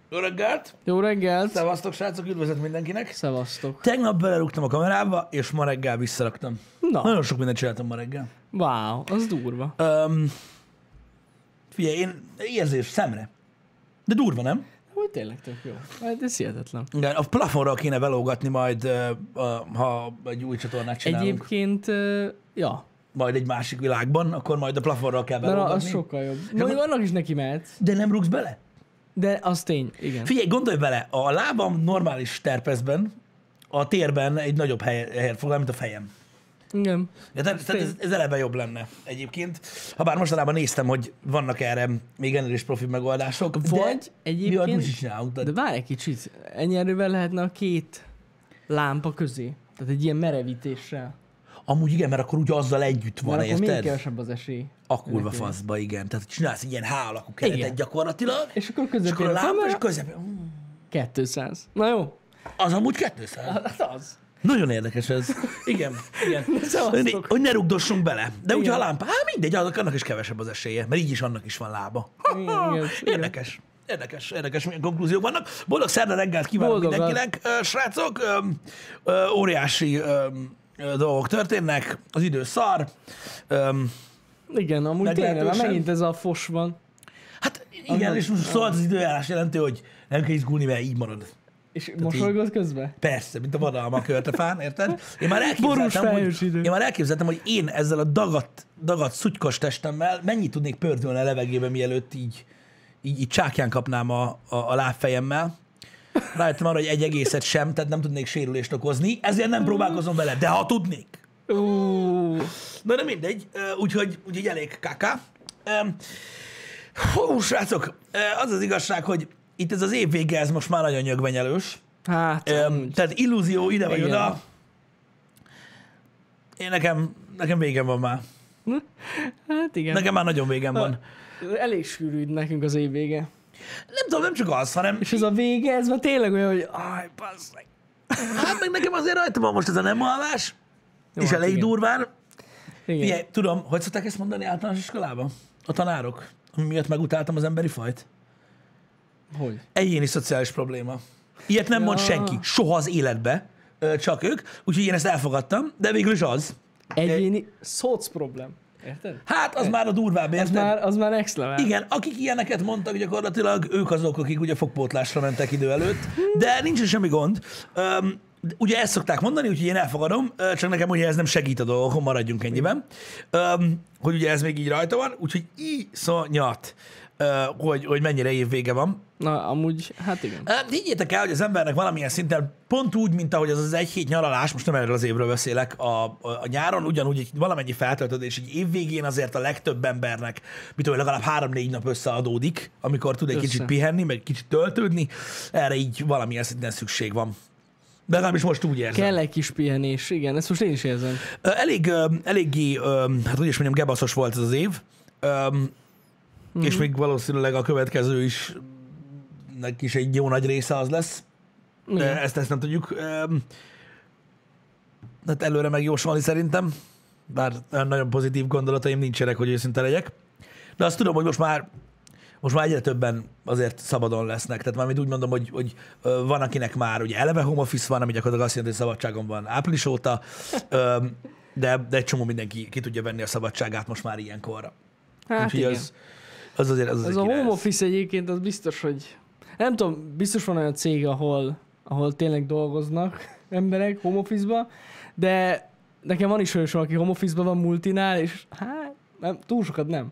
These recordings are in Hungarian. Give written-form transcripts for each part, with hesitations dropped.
Jó reggelt! Jó reggelt! Szevasztok, srácok, üdvözlet mindenkinek! Szevasztok! Tegnap belerúgtam a kamerába, és ma reggel visszaraktam. Na, Nagyon sok mindent csináltam ma reggel. wow, az durva. Figyelj, én érzés szemre. De durva, nem? Úgy tényleg tök jó. Hát ez hihetetlen. Igen, a plafonra kéne velógatni majd, ha egy új csatornát csinálunk. Egyébként, ja, Majd egy másik világban, akkor majd a plafonra kell de velógatni. az sokkal jobb. Mondjuk annak is neki mehet, De nem rúgsz bele? de az tény, igen. Figyelj, gondolj bele, a lábam normális terpeszben, a térben egy nagyobb helyet foglal, mint a fejem. Igen. Ja, tehát ez eleve jobb lenne egyébként. Habár mostanában néztem, hogy vannak erre még ennél is profi megoldások. Vagy egyébként, mi most is csinálunk. de várj egy kicsit, ennyi erővel lehetne a két lámpa közé. Tehát egy ilyen merevítéssel. Amúgy igen, mert akkor úgy azzal együtt van, Mert akkor még érted? kevesebb az esély. A kurva Neki. faszba, igen. Tehát csinálsz egy ilyen H alakú keretet Igen. gyakorlatilag, És akkor és akkor közepén a a lámpa, és kamera, közepén. 200. Na jó, Az amúgy 200. hát az. Nagyon érdekes ez. Igen, igen. Szevasztok. Hogy ne rugdossunk bele. De ugye Igen. a lámpa, hát mindegy, annak is kevesebb az esélye, mert így is annak is van lába. Igen. Érdekes. Érdekes, milyen konklúziók vannak. Boldog szerda reggelt kívánok Boldog mindenkinek. Srácok, óriási dolgok történnek, az idő szar. Igen, amúgy tényleg, már Meglehetősen. megint ez a fos van. Hát igen, és most szóval az időjárás jelenti, hogy nem kell izgulni, mert így marad. És mosolygott közben? Persze, mint a vadalma a körtefán, érted? Borús fejős idő. Én már elképzeltem, hogy én ezzel a dagadt szutykos testemmel mennyit tudnék pördülni a levegőbe, mielőtt így csákján kapnám a lábfejemmel. Rájöttem arra, hogy egy egészet sem, tehát nem tudnék sérülést okozni, ezért nem próbálkozom vele, de ha tudnék. Na de mindegy, úgyhogy elég kaká. Srácok, az az igazság, hogy itt ez az év vége, ez most már nagyon nyögvenyelős. Hát, Tehát illúzió ide vagy Igen. oda. Nekem végem van már. hát igen. Nekem már nagyon végem van. Elég sűrű nekünk az év vége. Nem tudom, nem csak az, hanem... És ez a vége, ez már tényleg olyan, hogy aj, basszeg. Hát meg nekem azért rajta van most ez a nem alvás, Jó, és hát elég igen. durván. Igen. Figyelj, tudom, hogy szokták ezt mondani általános iskolában? A tanárok, ami miatt megutáltam az emberi fajt. Hogy? Egyéni szociális probléma. Ilyet nem mond Ja. senki, soha az életbe, csak ők, úgyhogy én ezt elfogadtam, de végül is az. Egyéni szoc problem. Érted? Hát az már a durvább, érted? Az már next level. Igen, akik ilyeneket mondtak gyakorlatilag, ők azok, akik ugye fogpótlásra mentek idő előtt, de nincsen semmi gond. Ugye ezt szokták mondani, úgyhogy én elfogadom, csak nekem ugye ez nem segít a dolgokon, maradjunk ennyiben. Hogy ugye ez még így rajta van, úgyhogy iszonyat, hogy mennyire évvége van. Na, amúgy, hát igen. Higgyétek el, hogy az embernek valamilyen szinten pont úgy, mint ahogy az egy hét nyaralás, most nem erről az évről beszélek, a nyáron ugyanúgy egy valamennyi feltöltődés egy év végén azért a legtöbb embernek, mit tudom, legalább 3-4 nap összeadódik, amikor tud egy kicsit pihenni, meg egy kicsit töltődni, erre így valamilyen szinten szükség van. De legalábbis most úgy érzem. Kell egy kis pihenés, igen, ezt most én is érzem. Eléggé, hát úgy is mondjam, gebaszos volt ez az év, és még valószínűleg a következő is neki is egy jó nagy része az lesz. Igen. Ezt nem tudjuk hát előre megjósolni szerintem, bár nagyon pozitív gondolataim nincsenek, hogy őszinte legyek. De azt tudom, hogy most már egyre többen azért szabadon lesznek. Tehát már úgy mondom, hogy van, akinek már ugye eleve home office van, ami gyakorlatilag azt jelenti, hogy szabadságon van április óta, de egy csomó mindenki ki tudja venni a szabadságát most már ilyenkorra. Hát Úgyhogy igen. az azért Ez a király home lesz. office egyébként, az biztos, hogy... Nem tudom, biztos van olyan cég, ahol tényleg dolgoznak emberek home office-ba, de nekem van is olyan, aki home office-ban van multinál, és hát nem, túl sokat nem.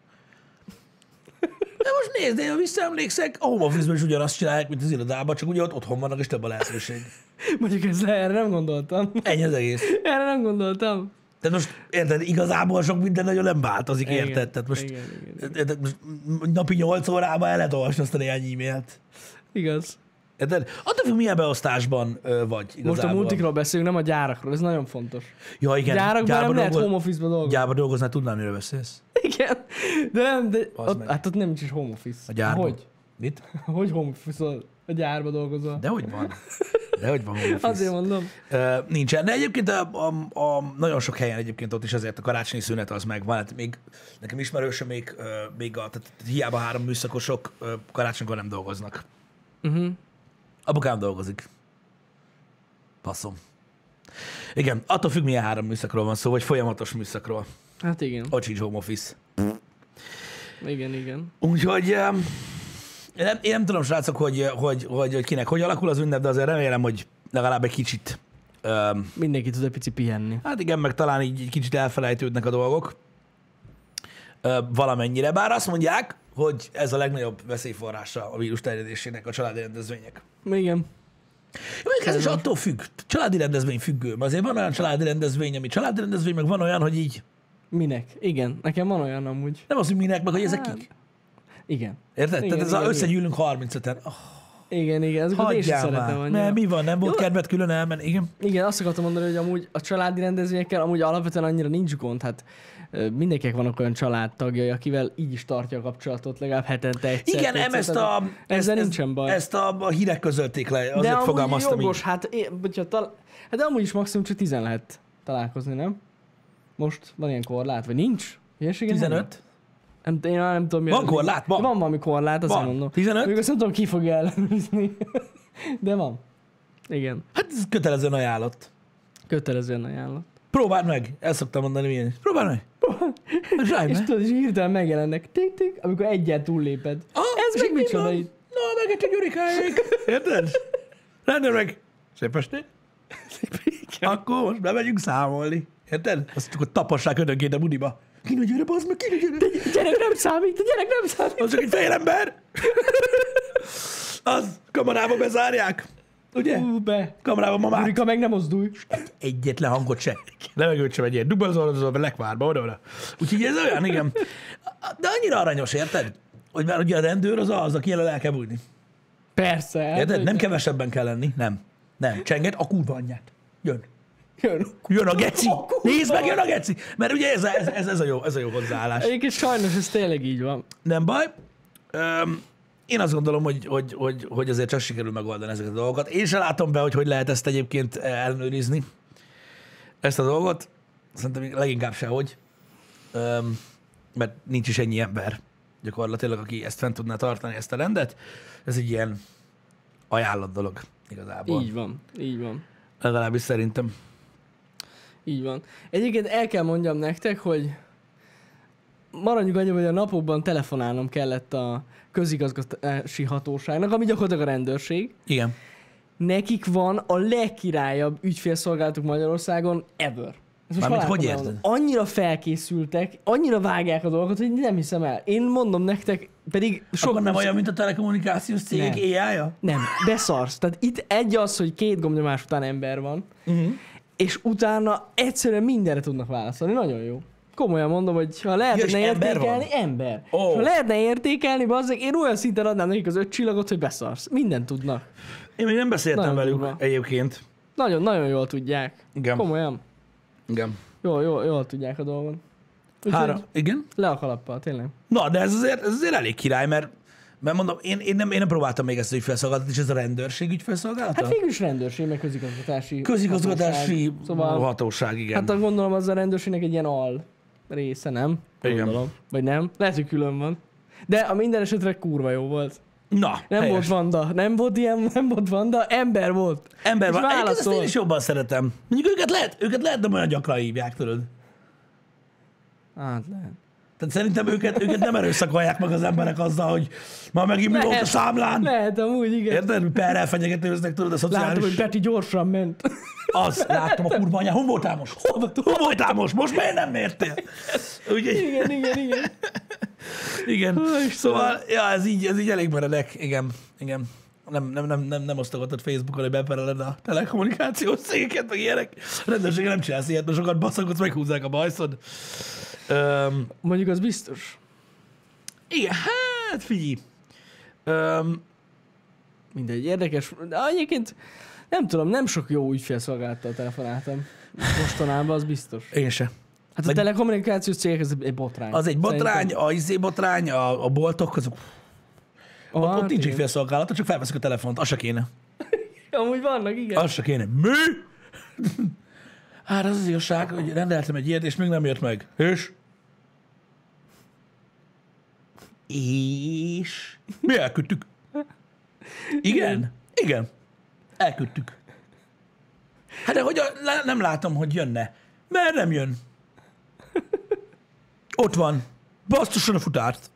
De most nézd, én ha visszaemlékszek, a home office-ban is ugyanazt csinálják, mint az irodában, csak ugye ott otthon vannak, és több a lehetőség. Mondjuk erre nem gondoltam. Ennyi az egész. Erre nem gondoltam. Tehát most érted, igazából sok minden nagyon nem változik, Igen, érted? Tehát most, igen. érted, most napi 8 órában el lehet olvasni azt a néhány e-mailt. Igaz. Érted? Attól függ, milyen beosztásban vagy igazából. Most a multikról beszélünk, nem a gyárakról, ez nagyon fontos. Ja, igen. Gyárakban nem lehet home office-ba dolgozni. Gyárban dolgoznál, tudnál, miről beszélsz? Igen, de nem, de Bazd meg. hát ott nem is home office. A gyárban. Hogy? Mit? Hogy home office a gyárba dolgozol? Dehogy van. Dehogy van home office. Azért mondom. Nincsen. De egyébként a nagyon sok helyen egyébként ott is azért a karácsonyi szünet az megvan. Hát még nekem ismerősöm még tehát hiába 3 műszakosok karácsonykor nem dolgoznak. Apukám dolgozik. Passzom. Igen, attól függ, milyen 3 műszakról van szó, vagy folyamatos műszakról. Hát igen. Ott sincs home office. Igen. Úgyhogy én nem tudom, srácok, hogy kinek hogy alakul az ünnep, de azért remélem, hogy legalább egy kicsit. Mindenki tud egy pici pihenni. Hát igen, meg talán így kicsit elfelejtődnek a dolgok. Valamennyire. Bár azt mondják, hogy ez a legnagyobb veszélyforrása a vírus terjedésének a családi rendezvények. Igen. Ez is attól függ. Családi rendezvény függő. Mert azért van olyan családi rendezvény, ami családi rendezvény, meg van olyan, hogy így... Minek? Igen. Nekem van olyan amúgy. Nem az, hogy minek, meg hogy ezek kik. Igen. Érted? Igen, Tehát ez összegyűlünk 35-en. Oh, Igen. Ezeket én sem szeretem annyira. Nem, mi van? Nem volt kedved külön elmenni? Igen. Igen, azt akartam mondani, hogy amúgy a családi rendezvényekkel amúgy alapvetően annyira nincs gond. Hát mindenkinek vannak olyan családtagjai, akivel így is tartja a kapcsolatot legalább hetente egyszer. Igen, ezzel nincsen baj. Ezt a hírek közölték le, azért fogalmaztam jogos, így. hát de amúgy is maximum csak 10 lehet találkozni, nem? Most van ilyen korlát, vagy nincs? 15? Én nem tudom, mi van korlát? Van. Van valami korlát, azt mondom. 15? Még azt nem tudom, ki fogja ellenőrizni. De van. Igen. Hát ez kötelezően ajánlott. Kötelezően ajánlott. Próbáld meg! El szoktam mondani milyen. Próbáld meg! És tudod, és hirtelen megjelennek. Tik-tik, amikor egyet túlléped. Ez meg micsoda itt? Na, meg egy gyurikáig. Érted? Rendben meg. Szép estét. Akkor most bemegyünk számolni. Érted? Azt csak ott tapassák önönként a budiba. Ki ne gyere, bazd meg, ki ne gyere. Gyerek nem számít, gyerek nem számít. Az csak egy fél ember. Az kamarába bezárják. Ugye? Be. Kamarába mamát. Jurika, meg nem mozdulj. Egyetlen hangot se. Levegőt sem egyél. Dubbalzol, lekvárba, oda-oda. Úgyhogy ez olyan, igen. De annyira aranyos, érted? Hogy már ugye a rendőr az, aki elől el kell bújni. Persze. Érted? Nem kevesebben kell lenni. Nem. Csenget a kurva anyját. Jön a geci. Nézd meg, jön a geci. Mert ugye ez a jó hozzáállás. Egyébként sajnos ez tényleg így van. Nem baj. Én azt gondolom, hogy azért csak sikerül megoldani ezeket a dolgokat. Én sem látom be, hogy lehet ezt egyébként ellenőrizni. Ezt a dolgot. Szerintem leginkább sehogy. Mert nincs is ennyi ember gyakorlatilag, aki ezt fent tudná tartani, ezt a rendet. Ez egy ilyen ajánlott dolog igazából. Így van. Legalábbis szerintem. Így van. Egyébként el kell mondjam nektek, hogy maradjunk annyi, hogy a napokban telefonálnom kellett a közigazgatási hatóságnak, ami gyakorlatilag a rendőrség. Igen. Nekik van a legkirályabb ügyfélszolgálatuk Magyarországon ever. Mármint hogy érted? Annyira felkészültek, annyira vágják a dolgokat, hogy nem hiszem el. Én mondom nektek, pedig Akkor nem olyan, mint a telekommunikációs cégek AI-ja? Nem, beszarsz. Tehát itt egy az, hogy 2 gombnyomás után ember van, és utána egyszerűen mindenre tudnak válaszolni. Nagyon jó. Komolyan mondom, hogy ha lehetne értékelni, ember. Oh. Ha lehetne értékelni, bazzeg, én olyan szinten adnám nekik az 5 csillagot, hogy beszarsz. Mindent tudnak. Én még nem beszéltem nagyon velük durva. egyébként. Nagyon jól tudják. Igen. Komolyan. Igen. Jól tudják a dolgot. Igen? Le a kalappal, tényleg. Na, de ez azért elég király, mert mondom, én nem próbáltam még ezt az ügyfélszolgálatot, és ez a rendőrség ügyfélszolgálata? Hát végülis rendőrség, meg közigazgatási szóval, hatóság, igen. Hát gondolom az a rendőrségnek egy ilyen al része, nem? Gondolom. Igen. Vagy nem? Lehet, hogy külön van. De a minden esetre kurva jó volt. Na, nem helyes. volt Vanda, nem volt Vanda, ember volt. Ember van. Ezt én is jobban szeretem. Mondjuk őket lehet, de olyan gyakran hívják, tudod. Hát lehet. Tehát szerintem őket nem erőszakolják meg az emberek azzal, hogy már megint mi volt a számlán. Lehet, amúgy igen. Érted? Perrel fenyegetőznek, tudod, a szociális... Látom, hogy Peti gyorsan ment. Az, láttam a kurva anyját. Hol voltál most? Hol voltál most? Most miért nem mértél? Ugye? Igen. Igen. Szóval, ja, ez így elég meredek. Igen. Nem osztogatott Facebookon, hogy bepereled a telekommunikációs cégeket, meg ilyenek. A rendőrsége nem csinálsz ilyet, mert sokat baszakodsz, meghúzzák a bajszod. Mondjuk az biztos. Igen, hát figyelj. Mindegy, érdekes. De egyébként nem tudom, nem sok jó ügyfélszolgálattal telefonáltam. Mostanában az biztos. Én se. Hát a telekommunikációs cégek, ez egy botrány. Az egy botrány, botrány, a boltok, azok... Ott nincs ügyfélszolgálata, csak felveszik a telefont, az se kéne. Amúgy vannak, igen. Az se kéne. Mi? Hát az igazság, hogy rendeltem egy ilyet, és még nem jött meg. És mi elküldtük. Igen? Igen. Elküldtük. Hát de hogy nem látom, hogy jönne. Mert nem jön. Ott van. Basztusan a futárt.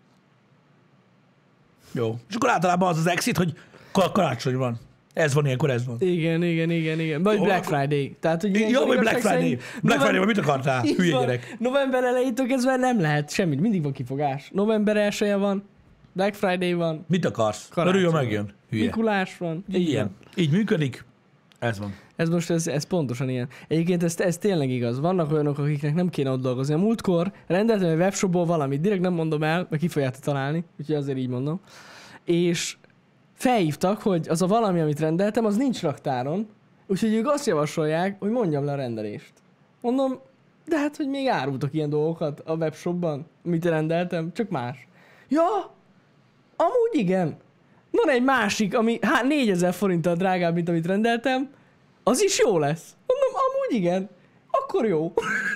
Jó. És akkor általában az exit, hogy karácsony van. Ez van, ilyenkor ez van. Igen. Vagy Black Friday. Tehát, hogy Jó, vagy Black Friday. Black Friday, vagy mit akartál? Hülye gyerek. November elejétől kezdve nem lehet semmit. Mindig van kifogás. November 1-e van. Black Friday van. Mit akarsz? Örüljön, megjön. Hülye. Mikulás van. Igen. Így működik. Ez van. Ez pontosan ilyen. Egyébként ez tényleg igaz. Vannak olyanok, akiknek nem kéne ott dolgozni. A múltkor rendeltem egy webshopból valamit, direkt nem mondom el, mert ki fogjátok találni, úgyhogy azért így mondom. És felhívtak, hogy az a valami, amit rendeltem, az nincs raktáron, úgyhogy ők azt javasolják, hogy mondjam le a rendelést. Mondom, de hát, hogy még árultak ilyen dolgokat a webshopban, amit rendeltem, csak más. Ja, amúgy igen. Van egy másik, ami 4000 forinttal drágább, mint amit rendeltem, az is jó lesz. Mondom, amúgy igen. Akkor jó.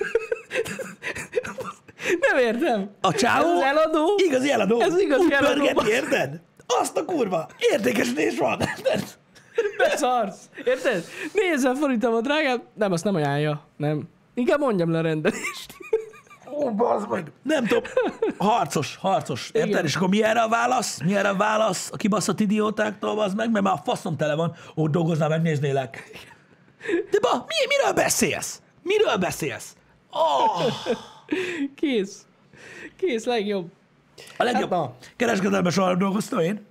Nem értem. A csávó ez az eladó. Igazi eladó. Ez igazi eladó. Érted? Azt a kurva. Értékesítés van. Beszarsz. Érted? 4000 forinttal van drágább. Nem, azt nem ajánlja. Nem. Inkább mondjam le a rendelést. Ó, bazd meg. Nem tudom. Harcos. Érted? Igen. És akkor mi erre a válasz? Mi erre a válasz a kibaszott idiótáktól, bazd meg? Mert már a faszom tele van. Ott dolgoznál, megnéznélek. De Miről beszélsz? Oh. Kész, legjobb. A legjobb. Hát, kereskedelben soha nem dolgoztam én.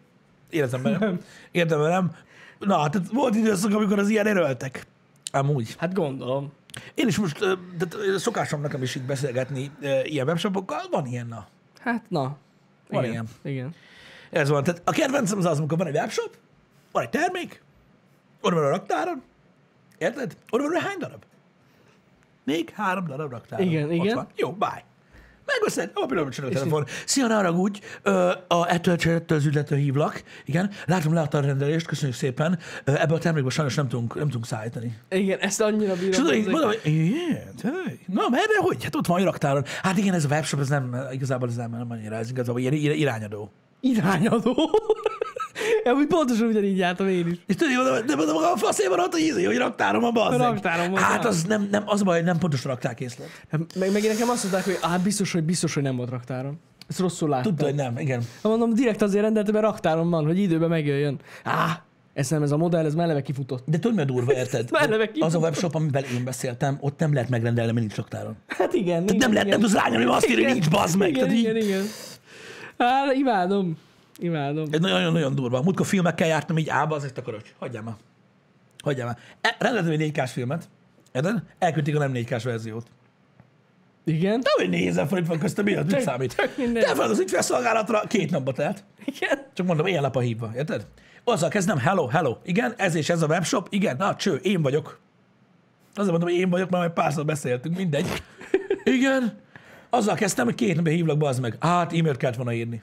Értem velem. Na, tehát volt időszak, amikor az ilyen erőltek. Amúgy. Hát gondolom. Én is most, szokásom nekem is így beszélgetni ilyen webshopokkal. Van ilyen, na. Hát, na. Van ilyen. Igen. Ez van. Tehát a kedvencem az, amikor van egy webshop, van egy termék, oda van a raktáron, érted? Oda van, hány darab? Még 3 darab raktáron. Igen. Van. Jó, bye. Megveszed, a pillanatban csinál a telefon. Szia, ne haragudj, ettől az üzletől hívlak. Igen, látom, leadta a rendelést, köszönjük szépen. Ebből a termékből sajnos nem tudunk szállítani. Igen, ezt annyira bírom. És mondom, hogy igen, na, merre, hogy? Hát ott van a raktáron. Hát igen, ez a webshop, ez nem, igazából ez nem annyira, ez igazából ilyen irányadó. Irányadó? Úgy pontosan ugyanígy jártam én is. És tudod, de mondom, a faszében ott, hogy raktárom a bazzeg. Raktárom van. Hát az nem, az a baj, nem pontos raktárkészlet. Meg nekem azt mondták, hogy biztos, hogy nem volt raktáron. Ezt rosszul láttam. Tudta, hogy nem, igen. Mondom, direkt azért rendeltem, mert raktáron van, hogy időben megjöjjön. Ez a modell, ez már eleve kifutott. De tudod, mi a durva, érted? Az a webshop, amivel én beszéltem, ott nem lehet megrendelni, mert nincs raktáron. Hát igen. Tehát nem lehet, nem tudsz rányomni, azt írja, hogy nincs, bazd meg. Igen. Hát imádom. Ez nagyon-nagyon durva. Múltkor filmekkel jártam, így az egy takarocs. Hagyjál már. Rendeltem egy 4K-s filmet. Érted? Elküldték a nem 4K-s verziót. Igen? De hogy 4000 forint van köztem, miatt mit számít? Te fel az ügyfélszolgálatra 2 napba telt. Igen. Csak mondom, ilyen lap a hívva, érted? Azzal kezdem, hello. Igen, ez és ez a webshop. Igen, na cső, én vagyok. Azért mondom, hogy én vagyok, mert majd párszor beszéltünk, mindegy. Igen. Azzal kezdtem, hogy 2 napja hívlak, bazd meg. Hát, e-mailt kellett volna írni.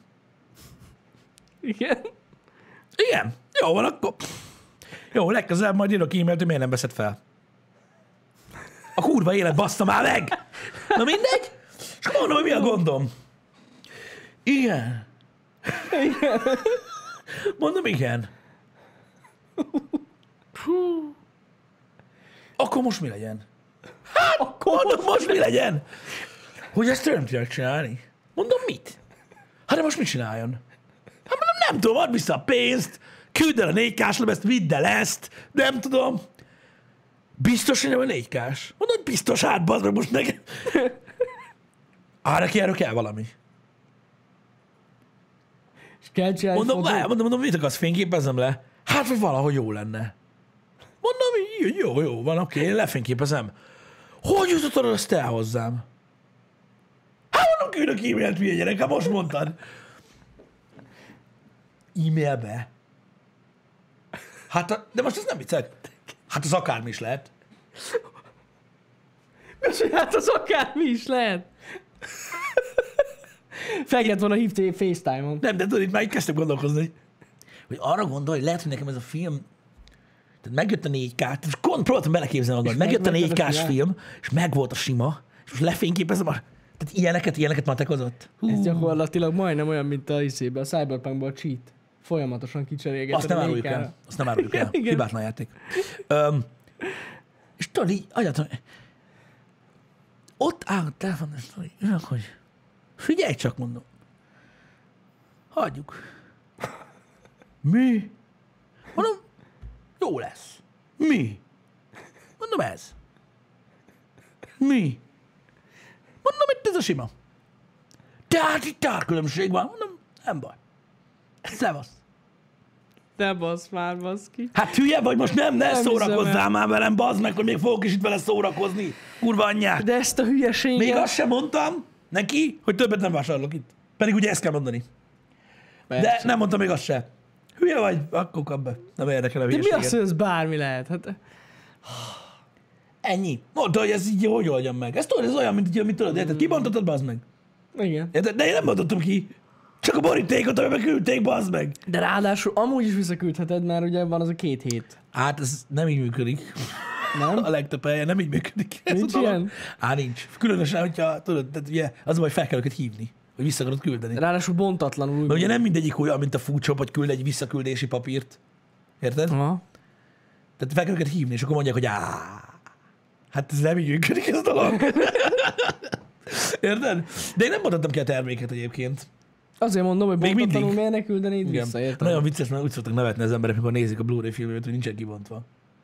Igen. Jó van, akkor. Jó, legközelebb majd írok e-mailt, hogy miért nem veszed fel. A kurva élet bassza már meg! Na mindegy. És mondom, hogy mi a gondom. Igen. Mondom, igen. Akkor most mi legyen? Hát, mondom, most mi legyen? Hogy ezt nem tudják csinálni. Mondom, mit? Hát de most mit csináljon? Hát mondom, nem tudom, add vissza a pénzt, küldd el a 4K-s lemezt, vidd el ezt, nem tudom. Biztos, hogy nem a 4K-s? Mondom, biztos, hát bazd meg most meg. Neki erről kell valami. És kell csinálni mondom, mit akarsz, fényképezzem le? Hát, vagy valahogy jó lenne. Mondom, jó, van, oké, lefényképezem. Hogy jutottad azt el hozzám? Hát mondom, küldök e-mailt, hülye gyerek, hát most mondtad. E-mailbe? Hát, de most ez nem viccel. Hát az akármi is lehet. Hát az akármi is lehet. Fel kellett volna hívni FaceTime-on. Nem, de tudod, itt már így kezdtem gondolkozni, hogy arra gondolj, hogy lehet, hogy nekem ez a film, tehát megjött a 4K, és próbáltam beleképzelni magam, megjött a 4K-s film, és megvolt a sima, és most lefényképezem, tehát ilyeneket matekozott. Ez gyakorlatilag majdnem olyan, mint a Cyberpunkban a cheat. Folyamatosan kicserélgeted. Azt nem áruljuk el. Azt nem áruljuk el. Igen. Hibátlan játék. És tudod így, agyat, ott áll a telefon, és tudod, ülök, hogy figyelj csak, mondom. Hagyjuk. Mi? Mondom, jó lesz. Mi? Mondom, ez. Mi? Mondom, itt ez a sima. Tehát itt árkülönbség van. Mondom, nem baj. Szevasz. De bassz már, baszki. Hát hülye vagy, most ne Nem szórakozzál hiszem el. már velem, bazd meg, hogy még fogok is itt vele szórakozni. Kurva anyját. De ezt a hülyeséget... Még azt sem mondtam neki, hogy többet nem vásárolok itt. Pedig ugye ezt kell mondani. De Persze. nem mondtam még azt se. Hülye vagy, akkor kap be. Nem érdekel a De mi hülyeséget. az, hogy ez bármi lehet? Hát, Ennyi. Mondta, hogy ez így hogy oldjam meg. Ez tudod, ez olyan, mint mit tudod, érted? Kibontottad, bazd meg. igen. Érted? De én nem bontottam ki. Csak a borítékot, amiben küldték, bazd meg. De ráadásul amúgy is visszaküldheted, mert ugye van az a 2 hét. Hát ez nem így működik. Nem? A legtöbb helyen nem így működik. Ez Nincs a dolog. ilyen? Nincs. Különösen, hogyha tudod, tehát ugye az a baj, fel kell őket hívni, hogy vissza akarod küldeni. Ráadásul bontatlanul. Mert ugye nem mindegyik olyan, mint a foodshop, hogy küld egy visszaküldési papírt. Érted? Aha. Tehát fel kell őket hívni, és akkor mondják, hogy hát ez nem így működik ez a dolog. Érted? De én nem mondhattam ki a terméket egyébként. Azért mondom, hogy Még bontatlanul mindig. miért ne küldenéd Igen. vissza, érted? Nagyon vicces, mert úgy szoktak nevetni az emberek, amikor nézik a Blu-ray filmet, hogy nincsen kibontva.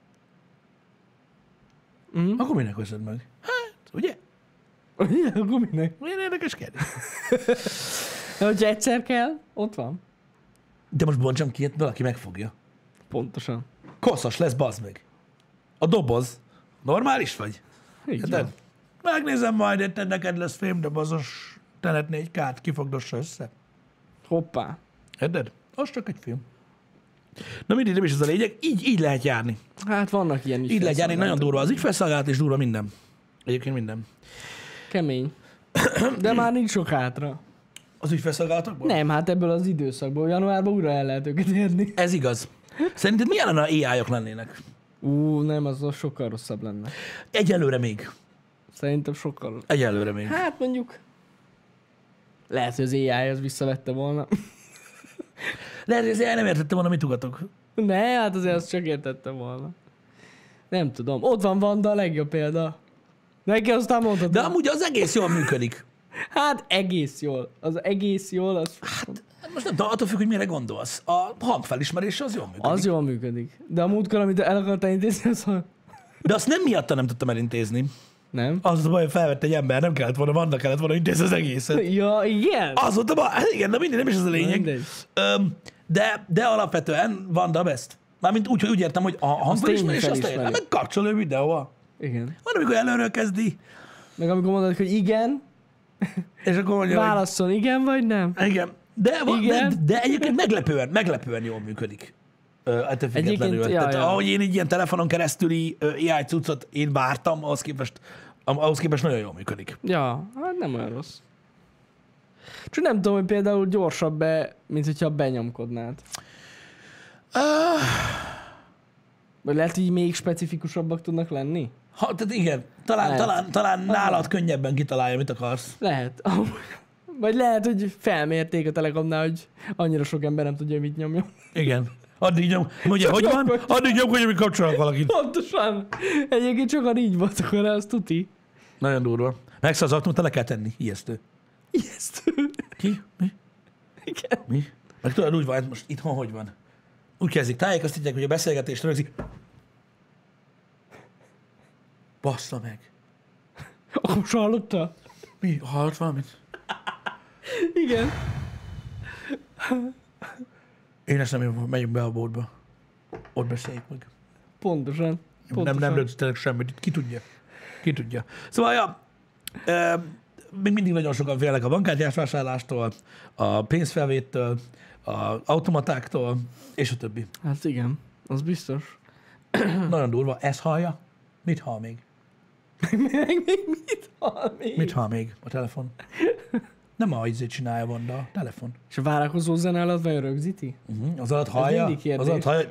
Mhm. Akkor minek veszed meg? Hát, ugye? Ugye? Akkor minek? Milyen érdekes kérdés. De hogyha egyszer kell, ott van. De most bontsam ki, hát valaki megfogja. Pontosan. Koszos lesz, bazd meg. A doboz. Normális vagy? Így van. Érted? Megnézem majd, érted, neked lesz fémdobozos Tenet 4K-t, kifogdossa össze. Hoppá. Érted? Az csak egy film. Na mindig nem is ez a lényeg. Így lehet járni. Hát vannak ilyen is. Így lehet járni. Nagyon durva az ügyfélszolgálat, és durva minden. Egyébként minden. Kemény. De már nincs sok hátra. Az ügyfélszolgálatokból? Nem, hát ebből az időszakból. Januárban újra el lehet őket érni. Ez igaz. Szerinted milyen lenne, ha AI-ok lennének? Nem, az sokkal rosszabb lenne. Egyelőre még. Szerintem sokkal. Egyelőre még. Hát mondjuk. Lehet, hogy az AI az visszavette volna. Lehet, hogy az AI nem értette volna, mit ugatok. Ne, hát azért azt csak értette volna. Nem tudom. Ott van Vanda, a legjobb példa. Neki aztán mondhatod. De amúgy az egész jól működik. Hát egész jól. Az egész jól, az, Most nem tudom, attól függ, hogy mire gondolsz. A hangfelismerése az jól működik. az jól működik. De a múltkor, amit el akartál intézni, az De azt nem miatta nem tudtam elintézni. nem. Az a baj, hogy felvett egy ember, nem kellett volna, vannak kellett volna intézni az egészet. Ja, igen. Az volt a baj, hát igen, de mindig nem is ez a lényeg. Mindegy. De alapvetően van the best. Mármint úgy, hogy úgy értem, hogy a hangfelismerés tényleg azt felismeri. értem, meg kapcsoló videóval. Igen. Van, amikor előről kezdi, Meg amikor mondod, hogy igen, és akkor mondja, hogy válasszon igen vagy nem. igen. De Igen. egyébként meglepően jól működik. Ettől függetlenül. Egyébként, ja, Tehát ja. ahogy én egy ilyen telefonon keresztüli AI cuccot én vártam, ahhoz képest nagyon jól működik. Ja, hát nem olyan rossz. Csak nem tudom, hogy például gyorsabb mint hogyha benyomkodnád. Vagy lehet, hogy még specifikusabbak tudnak lenni? Tehát igen, Lehet. talán nálad könnyebben kitalálja, mit akarsz. Lehet. Vagy lehet, hogy felmérték a Telekomnál, hogy annyira sok ember nem tudja, hogy mit nyomjon. Igen. Addig nyom, mondja, hogy van? Addig nyom, hogy kapcsolnak valakit. Pontosan. Egyébként sokan így voltak vele, az tuti. Nagyon durva. Megszavazatnunk, le kell tenni. Ijesztő. Ijesztő. Ki? Mi? Igen. Mi? Meg tudod, úgy van, most itthon hogy van? Úgy kezdik, tájékoztatják, hogy a beszélgetést rögzik. Bassza meg. Akkor most hallotta? Mi? Hallott valamit? Igen. Én ezt nem jön, megyünk be a boltba. Ott beszéljük meg. Pontosan. Nem rögzítenek semmit. Ki tudja? Ki tudja. Szóval, ja, még mindig nagyon sokan félnek a bankkártyás-vásárlástól, a pénzfelvéttől, az automatáktól, és a többi. Hát igen, az biztos. Nagyon durva. Ez hallja? Mit hall még? Még mit hall még? Mit hall még a telefon? Nem a izét csinálja Vanda, a telefon. És a várakozó zene alatt vajon rögzíti? Az alatt hallja? mindig kérdés. Az alatt hallja?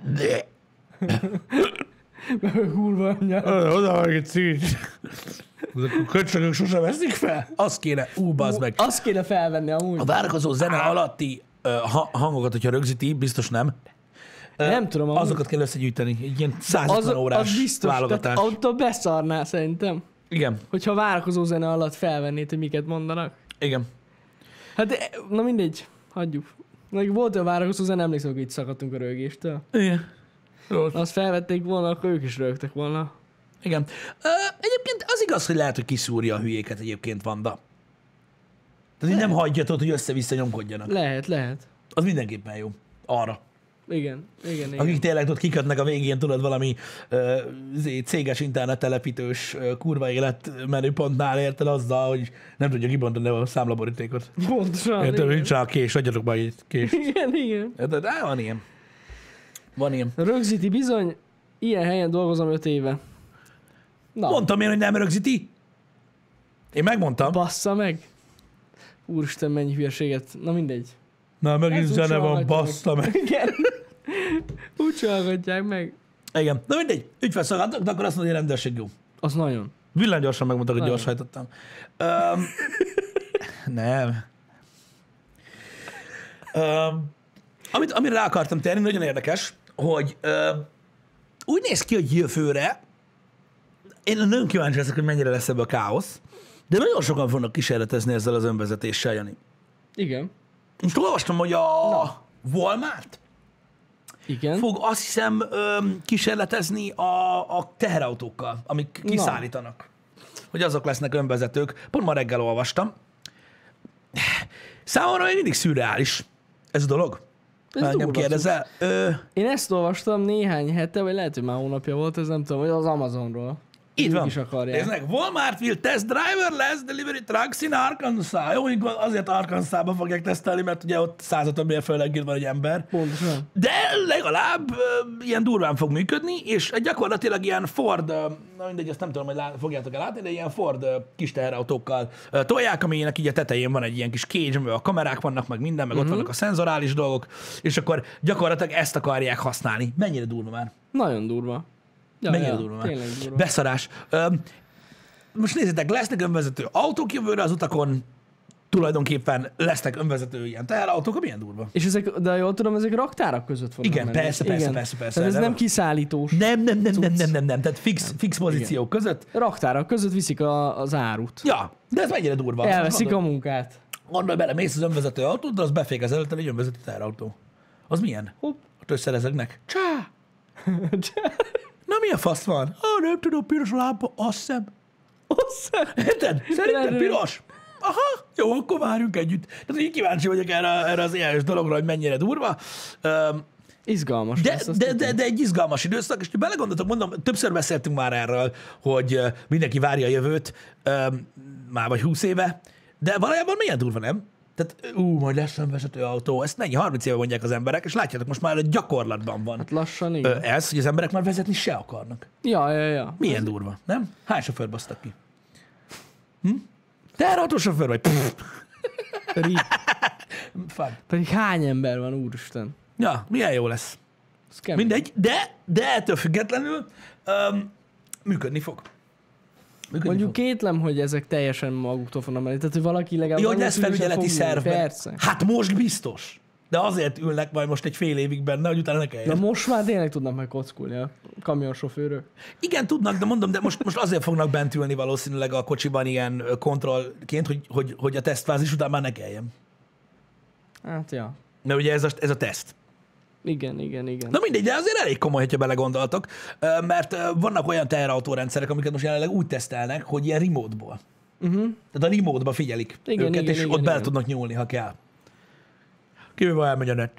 Kurva anyja. Oda van egy szín. Azok a köcsögök sosem veszik fel? Az kéne. Bazd meg. Azt kéne felvenni amúgy. A várakozó zene alatti hangokat, hogyha rögzíti, biztos nem. Nem tudom. Azokat kell összegyűjteni. Egy ilyen 150 órás az biztos, válogatás. tehát attól beszarnál szerintem. Igen. Hogyha várakozó zene alatt felvennéd, hogy miket mondanak. Igen. Hát, na mindegy, hagyjuk. Meg volt olyan várakozó zene, emlékszem, hogy itt szakadtunk a rögéstől. Igen. Rossz. Azt felvették volna, akkor ők is rögtek volna. Igen. Egyébként az igaz, hogy lehet, hogy kiszúrja a hülyéket egyébként Vanda. Tehát így nem hagyja, tudod, hogy össze-vissza nyomkodjanak. Lehet. Az mindenképpen jó. Arra. Igen. Akik tényleg tudod, kikötnek a végén, tudod, valami céges internettelepítős kurva élet menüpontnál, érted azzal, hogy nem tudja kibontani a számlaborítékot. Pontosan. Érted, hogy nincs rá a kés, adjatok be egy kést. Igen. Érted? Van ilyen. Van ilyen. Rögzíti bizony, ilyen helyen dolgozom 5 éve. Na, Mondtam én, hogy nem rögzíti. Én megmondtam. bassza meg. Úristen, mennyi hülyeséget. Na mindegy. Na, megint Ez úgy zene van, hallgatják bassza meg. Igen. Úgy hallgatják meg. Igen. Na mindegy, ügyfelszolgáltak, de akkor azt mondja, hogy rendőrség jó. Az nagyon. Villanygyorsan megmondtak, hogy Nagyon. gyorshajtottam. Nem. Amire rá akartam térni, nagyon érdekes, hogy úgy néz ki, hogy jövőre, én nagyon kíváncsi leszek, hogy mennyire lesz ebből a káosz, de nagyon sokan fognak kísérletezni ezzel az önvezetéssel, Jani. Igen. Most olvastam, hogy a Walmart Igen. fog azt hiszem kísérletezni a teherautókkal, amik kiszállítanak. Hogy azok lesznek önvezetők. Pont ma reggel olvastam. Számomra még mindig szürreális ez a dolog. Ez Engem durva kérdezel. Én ezt olvastam néhány hete, vagy lehet, hogy már hónapja volt, ez nem tudom, hogy az Amazonról. Így Ők van. is akarják. Néznek, Walmart will test driverless delivery trucks in Arkansas. Jó, igaz, azért Arkansasban fogják tesztelni, mert ugye ott 150 mérföldönként van egy ember. Pontosan. De legalább ilyen durván fog működni, és gyakorlatilag ilyen Ford, na mindegy, ezt nem tudom, hogy fogjátok-e látni, de ilyen Ford kis teherautókkal tolják, aminek így a tetején van egy ilyen kis cage, amivel a kamerák vannak, meg minden, meg ott vannak a szenzorális dolgok, és akkor gyakorlatilag ezt akarják használni. Mennyire durva már? Nagyon durva. Ja, Mennyire durva már? Tényleg durva. Beszarás. Most nézzétek, lesznek önvezető autók jövőre az utakon, tulajdonképpen lesznek önvezető ilyen teherautók, milyen durva. És ezek, de jól tudom, ezek raktárak között fognak Igen, menni. persze. Tehát ez nem kiszállítós. Nem. Tehát fix pozíciók között. Raktárak között viszik az árut. Ja, de ez mennyire durva. Elveszik a munkát. Gondolj bele, mész az önvezető autót, de az befékez előtte egy önvezető teherautó. Az milyen? Hopp. Ott összerezegnek. Csá! Na mi a fasz van? Nem tudom, piros a lámpa, azt hiszem. Érted? Szerintem piros. Aha, jó, akkor várjunk együtt. Tehát így kíváncsi vagyok erre az ilyen dologra, hogy mennyire durva. Izgalmas. De egy izgalmas időszak, és belegondoltok, mondom, többször beszéltünk már erről, hogy mindenki várja a jövőt, már vagy 20 éve, de valójában milyen durva, nem? Tehát, majd lesz önvezető autó, ezt mennyi, 30 éve mondják az emberek, és látjátok, most már a gyakorlatban van. Hát lassan, igen. Ez, hogy az emberek már vezetni se akarnak. Ja. Milyen durva, nem? Hány sofőr basztak ki? Te autósofőr vagy? Pedig, Fun. pedig hány ember van, úristen? Ja, milyen jó lesz. Ez kemény. Mindegy, de ettől függetlenül működni fog. Mondjuk kétlem, hogy ezek teljesen maguktól fognak menni. Tehát, hogy valaki legalább... Jó, hogy lesz felügyeleti szerv. Persze. Hát most biztos. De azért ülnek majd most egy fél évig benne, hogy utána ne kelljen. De most már tényleg tudnak meg kockulni a kamionsofőrök. Igen, tudnak, de mondom, de most azért fognak bent ülni valószínűleg a kocsiban ilyen kontrollként, hogy a tesztfázis után már ne kelljen. Hát, ja. Mert ugye ez a teszt. Igen. Na mindegy, de azért elég komoly, hogyha belegondoltok, mert vannak olyan teherautórendszerek, amiket most jelenleg úgy tesztelnek, hogy ilyen remote-ból. Tehát a remote-ba figyelik őket, és ott bele tudnak nyúlni, ha kell. Kivéve elmegy a net.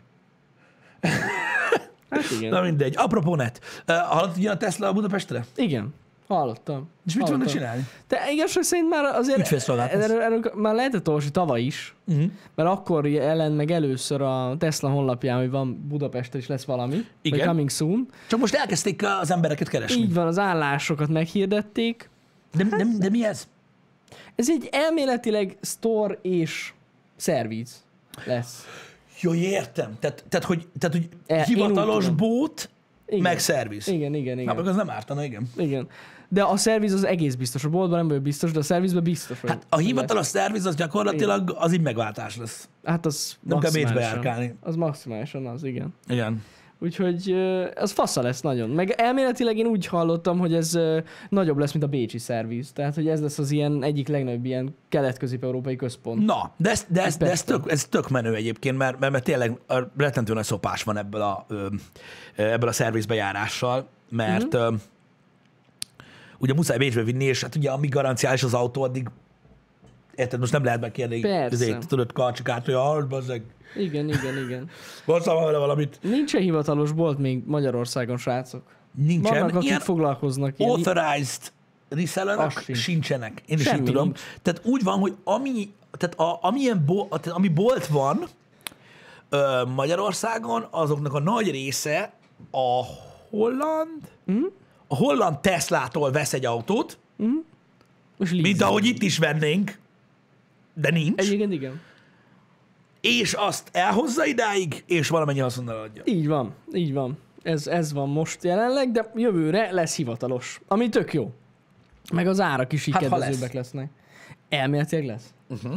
Hát igen. Na mindegy. Apropó net. Hallottad, hogy jön a Tesla a Budapestre? Igen. Hallottam. És mit fognak csinálni? De igazság szerint már azért Ügyfélszolgáltatás. erről már lehetett olvasni tavaly is, mert akkor jelent meg először a Tesla honlapján, hogy van Budapesten is lesz valami, Igen. vagy coming soon. Csak most elkezdték az embereket keresni. Így van, az állásokat meghirdették. De mi ez? Ez egy elméletileg store és szerviz lesz. Jó, értem. Tehát hogy Én hivatalos úgy tudom. bót, Igen. meg szerviz. Igen. Hát meg az nem ártana, igen. Igen. De a szerviz az egész biztos. A boltban nem vagyok biztos, de a szervizben biztos, hogy Hát a hivatalos szerviz az gyakorlatilag az így megváltás lesz. Hát az Nem kell Bécsbe maximálisan. járkálni. Az maximálisan az, igen. Igen. Úgyhogy az fasza lesz nagyon. Meg elméletileg én úgy hallottam, hogy ez nagyobb lesz, mint a bécsi szerviz. Tehát, hogy ez lesz az ilyen egyik legnagyobb ilyen kelet-közép-európai központ. Na, de ez tök menő egyébként, mert tényleg rettentő nagy szopás van ebből a szervizbejárással, mert ugye muszáj Bécsbe vinni, és hát ugye amíg garanciális az autó, addig érted, most nem lehet megkérni, ezért tudod karcsikát, hogy bazzeg, Igen. hoztam vele valamit. Nincsen hivatalos bolt még Magyarországon, srácok. Nincsen. Vannak, akik Ilyen foglalkoznak. authorized resellerek sincsenek. Én is így tudom. Nincs. Tehát úgy van, hogy ami bolt van Magyarországon, azoknak a nagy része a holland Teslától vesz egy autót, mint ahogy itt is vennénk, de nincs, Egyébként igen. és azt elhozza idáig, és valamennyi haszonnal adja. Így van. Ez van most jelenleg, de jövőre lesz hivatalos. Ami tök jó. Meg az árak is így Hát, ha kedvezőbbek lesznek. Elméletileg lesz.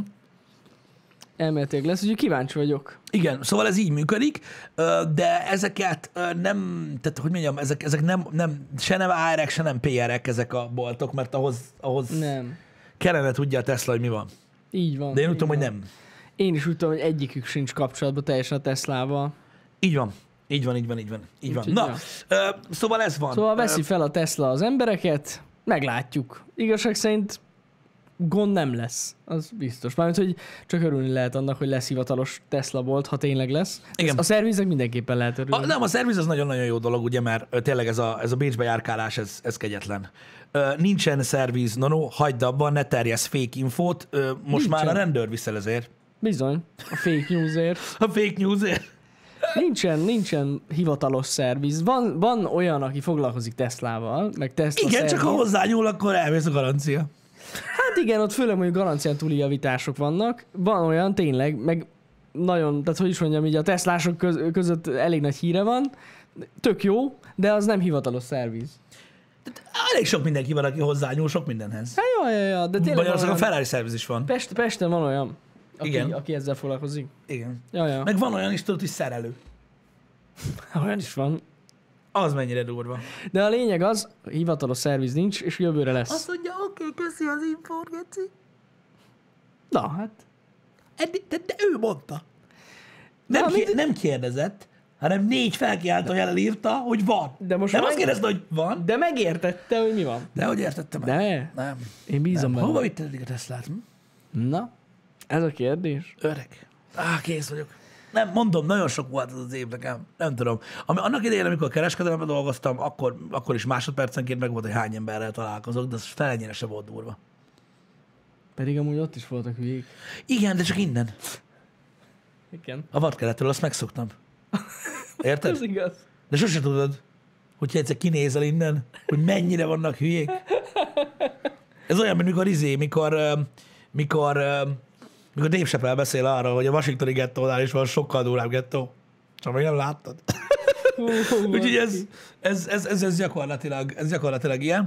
Elméletileg lesz, úgyhogy kíváncsi vagyok. Igen, szóval ez így működik, de ezeket nem, tehát hogy mondjam, ezek nem se nem AR-ek, se nem PR-ek ezek a boltok, mert ahhoz Nem. kellene tudja a Tesla, hogy mi van. Így van. De én úgy így tudom, hogy van. nem. Én is úgy tudom, hogy egyikük sincs kapcsolatban teljesen a Teslával. Így van. Úgyhogy Na, szóval ez van. Szóval veszi fel a Tesla az embereket, meglátjuk. Igazság szerint gond nem lesz, az biztos. Mármint, hogy csak örülni lehet annak, hogy lesz hivatalos Tesla bolt, ha tényleg lesz. Igen. A szerviznek mindenképpen lehet örülni. Nem, a szerviz az nagyon-nagyon jó dolog, ugye, mert tényleg ez a Bécsbe járkálás, ez kegyetlen. Nincsen szerviz, no, hagyd abban, ne terjessz fake infót, most Nincsen. már a rendőr viszel ezért. Bizony, a fake newsért. A fake newsért. Nincsen hivatalos szerviz. Van olyan, aki foglalkozik Teslával, meg Tesla Igen, csak ha szerviz. hozzányúl, akkor elvész a garancia. Hát igen, ott főleg mondjuk garancián túli javítások vannak. Van olyan tényleg, meg nagyon, tehát hogy is mondjam, így a Teslások között elég nagy híre van. Tök jó, de az nem hivatalos szerviz. Elég sok mindenki van, aki hozzányúl sok mindenhez. Hát ja, de tényleg Magyarországon van olyan, Ferrari szerviz is van. Pesten van olyan, Igen. aki ezzel foglalkozik. Igen. Ja. Meg van olyan is, tudod, hogy szerelő. Olyan is van. Az mennyire durva. De a lényeg az, hivatalos szerviz nincs, és jövőre lesz. Azt mondja, oké, köszi az infót, Geci. Na, hát. De ő mondta. Nem kérdezett, hanem 4 felkiáltójellel írta, hogy van. De most nem meg- azt kérdezte, hogy van. De megértette, hogy mi van. De hogy értettem meg? De, Nem. én bízom benne. Hova vitted eddig a Teslát? Na, ez a kérdés. Öreg. Kész vagyok. Nem, mondom, nagyon sok volt ez az év nekem. Nem tudom. Annak idején, amikor a kereskedelemben dolgoztam, akkor is másodpercenként meg volt, hogy hány emberrel találkozok, de az felennyire se volt durva. Pedig amúgy ott is voltak hülyék. Igen, de csak innen. Igen. A vadkeletről azt megszoktam. Érted? Ez igaz. De sose tudod, hogyha egyszer kinézel innen, hogy mennyire vannak hülyék. Ez olyan, mint mikor Dave Chappelle beszél arra, hogy a washingtoni gettónál is van sokkal durább gettó. Csak még nem láttad. Úgyhogy ez gyakorlatilag ilyen.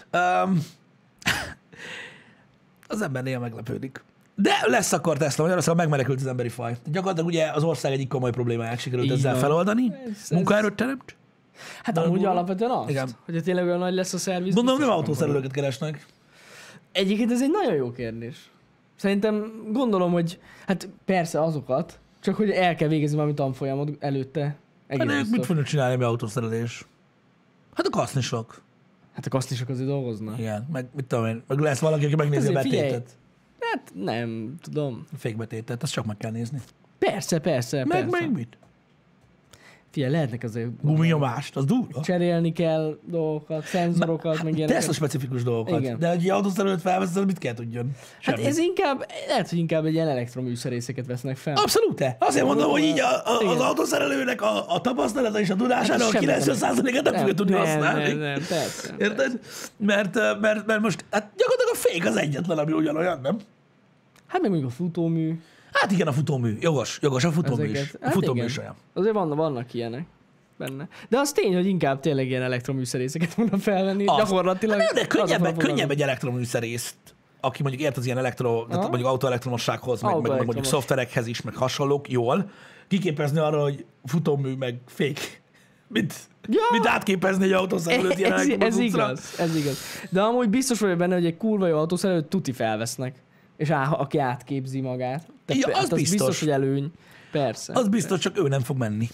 Az ember néha meglepődik. De lesz akkor Tesla Magyarországon, megmenekült az emberi faj. Gyakorlatilag ugye az ország egyik komoly problémáját sikerült Így ezzel van. feloldani. Munkaerőt teremt. Hát amúgy durva. alapvetően azt, Igen. hogy tényleg olyan nagy lesz a szerviz. Gondolom nem biztos autószerelőket keresnek. Egyébként ez egy nagyon jó kérdés. Szerintem gondolom, hogy hát persze azokat, csak hogy el kell végezni valami tanfolyamot előtte. Hát Egész ők mit biztos. fognak csinálni, mi autószerelés? Hát a kasznisok. Hát a kasztisok azért dolgoznak. Igen, meg mit tudom én, meg lesz valaki, aki megnézi a Azért figyelj. betétet. Hát nem, tudom. A fékbetétet, azt csak meg kell nézni. Persze. Meg mit? Figyelj, lehetnek azért... Guminyomást, az durva. Cserélni kell dolgokat, szenzorokat, meg ilyeneket. Tesla specifikus dolgokat. Igen. De egy autószerelőt felveszel, mit kell tudjon? Hát Semmit. ez inkább, lehet, hogy inkább egy ilyen elektroműszerészeket vesznek fel. Abszolút. Azért mondom, hogy így az Igen. autószerelőnek a tapasztalata és a tudásának a semmi 90%-et nem fogja tudni használni. Nem, persze. Érted? Mert most, hát gyakorlatilag a fék az egyetlen, ami ugyanolyan, nem? Hát meg még a futómű. Hát igen, a futómű. Jogos, a futómű is. Ezeket. A futómű igen. is olyan. Azért vannak ilyenek. benne. De az tény, hogy inkább tényleg ilyen elektroműszerészeket fognak felvenni, gyakorlatilag. De könnyebb egy elektroműszerészt, aki mondjuk ért az ilyen tehát mondjuk autoelektromossághoz, meg mondjuk szoftverekhez is, meg hasonlók, jól, kiképezni arra, hogy futómű, meg fék. Mint átképezni egy autószerelőt ilyen ez igaz. De amúgy biztos vagyok benne, hogy egy kurva jó autószerelőt tuti felvesznek. És aki átképzi magát. Az biztos, hogy előny. Persze. Az biztos, csak ő nem fog menni.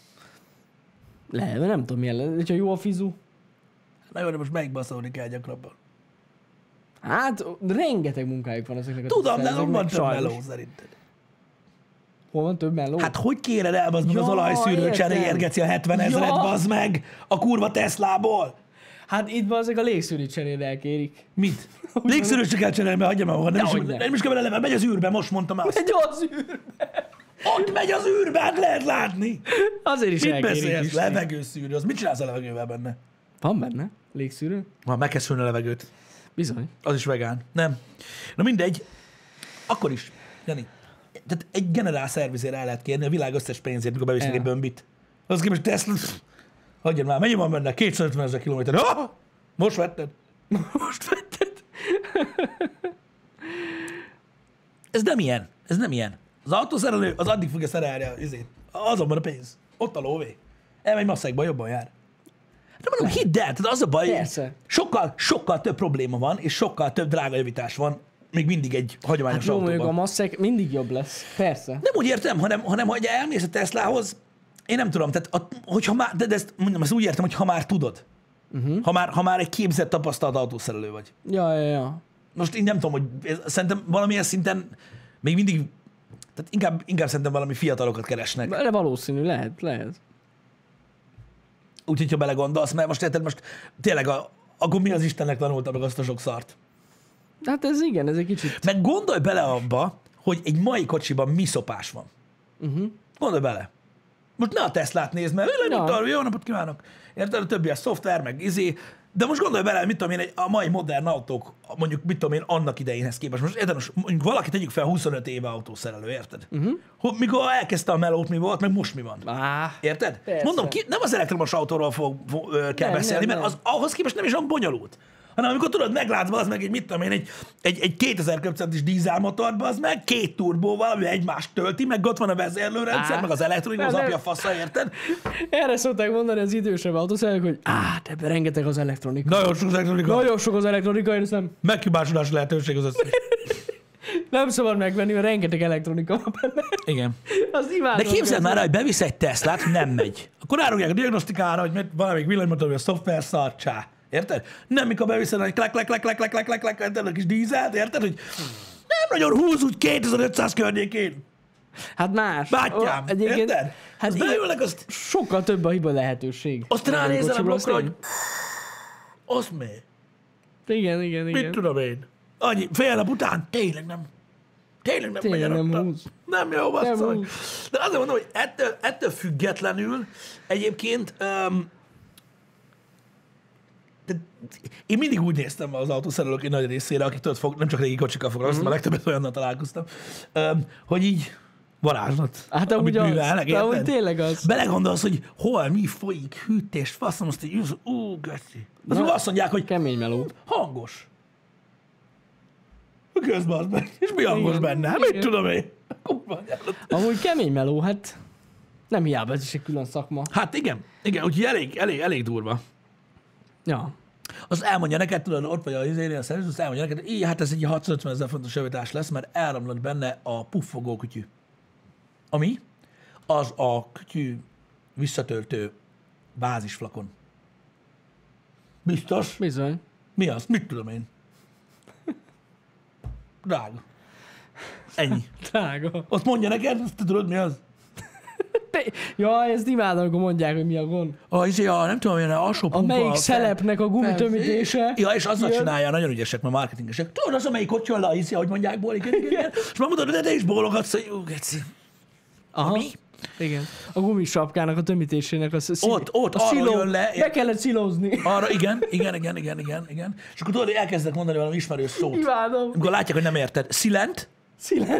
Nem tudom milyen lesz. Ha jó a fizu. Na jó, de most melyik baszolni kell gyakrabban? Hát rengeteg munkájuk van ezeknek. Tudom, de van több meló szerinted. Hol van több meló? Hát hogy kéred el, bazd meg az olajszűrő cserélgetsz a 70 000-et, bazd meg, a kurva Teslából? Hát itt bazd a légszűrű cserére elkérik. Mit? Légszűrőt se kell cserélni, mert hagyja már, nem is kell eleve, megy az űrbe, most mondtam azt. Megy az űrbe. Ott megy az űrbe, hát lehet látni. Azért is mit beszélsz? Levegőszűrő, az mit csinálsz a levegővel benne? Van benne légszűrő? Meg kell szűrni a levegőt. Bizony. Az is vegán. Nem. Na mindegy. Akkor is, Jani. Tehát egy generál szervizére el lehet kérni a világ összes pénzét, mikor bevisznek egy bömbit. Az képest Tesla, hagyjad már, mennyi van benne? 250 000 kilométer. Most vetted? Ez nem ilyen. Az autószerelő az addig fogja szerelni azon van a pénz. Ott a lóvé. Elmegy Masszegba, jobban jár. De mondom, hidd el, tehát az a baj, sokkal több probléma van, és sokkal több drága javítás van, még mindig egy hagyományos autóban. Jó, a Masszeg mindig jobb lesz, persze. Nem úgy értem, hanem hogy elmész a Teslahoz, én nem tudom, tehát hogyha már, de ezt úgy értem, hogy ha már tudod, ha már egy képzett, tapasztalt autószerelő vagy. Ja. Most én nem tudom, hogy szerintem valamilyen szinten még mindig, tehát inkább szerintem valami fiatalokat keresnek. De valószínű, lehet. Úgyhogy, ha belegondolsz, mert most érted, most tényleg akkor mi az Istennek tanulta meg azt a sok szart? Hát ez igen, ez egy kicsit. Meg gondolj bele abba, hogy egy mai kocsiban mi szopás van. Gondolj bele. Most ne a Teslát nézd, mert jó napot kívánok. Érted, a többi a szoftver, meg de most gondolj bele, mit tudom én, a mai modern autók, mondjuk mit tudom én, annak idejéhez képest. Most érted, mondjuk valaki tegyük fel 25 éve autószerelő, érted? Mikor elkezdte a melót, mi volt, meg most mi van. Érted? Persze. Mondom, nem az elektromos autóról kell beszélni, mert az ahhoz képest nem is olyan bonyolult. Hanem amikor tudod, meglátsz az meg egy, mit tudom én, egy 2000 köbcentis dízelmotort, az meg 2 turbóval, ami egymást tölti, meg ott van a vezérlőrendszer, meg az elektronika, az apja fasza, érted? Erre szokták mondani az idősebb autószerelők, hogy ebben rengeteg az elektronika. Nagyon sok az elektronika. Hiszem. Megkibásolási lehetőség az összes. Nem szabad megvenni, mert rengeteg elektronika van benne. Igen. Az imádom. De képzeld már, hogy bevisz egy Teslát, nem megy. Akkor rárugják a diagnosztikára, hogy valamelyik villanymotor, vagy a szoftver szarcsá. Érted? Nem, mikor beviszed, hogy klek, a kis dízelt, érted? Hogy nem nagyon húz úgy 2500 környékén. Hát más. Bátyám, érted? Hát azt beülnek, azt... Sokkal több a hiba lehetőség. Azt ránézel a blokkra, hogy... Az mi? Igen. Mit tudom én? Annyi, fél nap után tényleg nem húz. Nem jó, basszony. De azért mondom, hogy ettől függetlenül egyébként én mindig úgy néztem az autószerelők egy nagy részére, akik tudod, nem csak régi kocsikkal foglalkoztam, a legtöbbet olyannal találkoztam, hogy így varázslat, hát amit művelnek, érted? amúgy tényleg az. Belegondolsz, hogy hol, mi folyik, hűtés, faszom, azt így, geci. Azok azt mondják, hogy kemény meló. Hangos. Közben az meg. És mi hangos benne? Hát mit tudom én? Amúgy kemény meló, hát nem hiába ez is egy külön szakma. Hát igen, úgyhogy elég durva. Ja. Az elmondja neked, tudod, ott vagy az izénél a szerző, az elmondja neked, hogy hát ez egy 650 000 fontos javítás lesz, mert elromlott benne a puffogó kütyű. Ami? Az a kütyű visszatöltő bázisflakon. Biztos? Bizony. Mi az? Mit tudom én? Drága. Ennyi. Drága. Azt mondja neked, azt tudod, mi az? Jaj, ezt imádom, amikor mondják, hogy mi a gond. Nem tudom, milyen alsó pumpa. Melyik szelepnek a gumitömítése. Ja, és azzal csinálja, nagyon ügyesek, mert marketingesek. Tudod, az, amelyik ott jön le, hogy mondják, igen. És már mondod, de te is bólogatsz, hogy geci. Mi? Igen. A gumisapkának a tömítésének a ott arra jön le. Be kellett szilózni. Arra, igen. És akkor tudod, hogy elkezdek mondani valami ismerős szót. Imádom. Amikor látják, hogy nem érted. Szilent.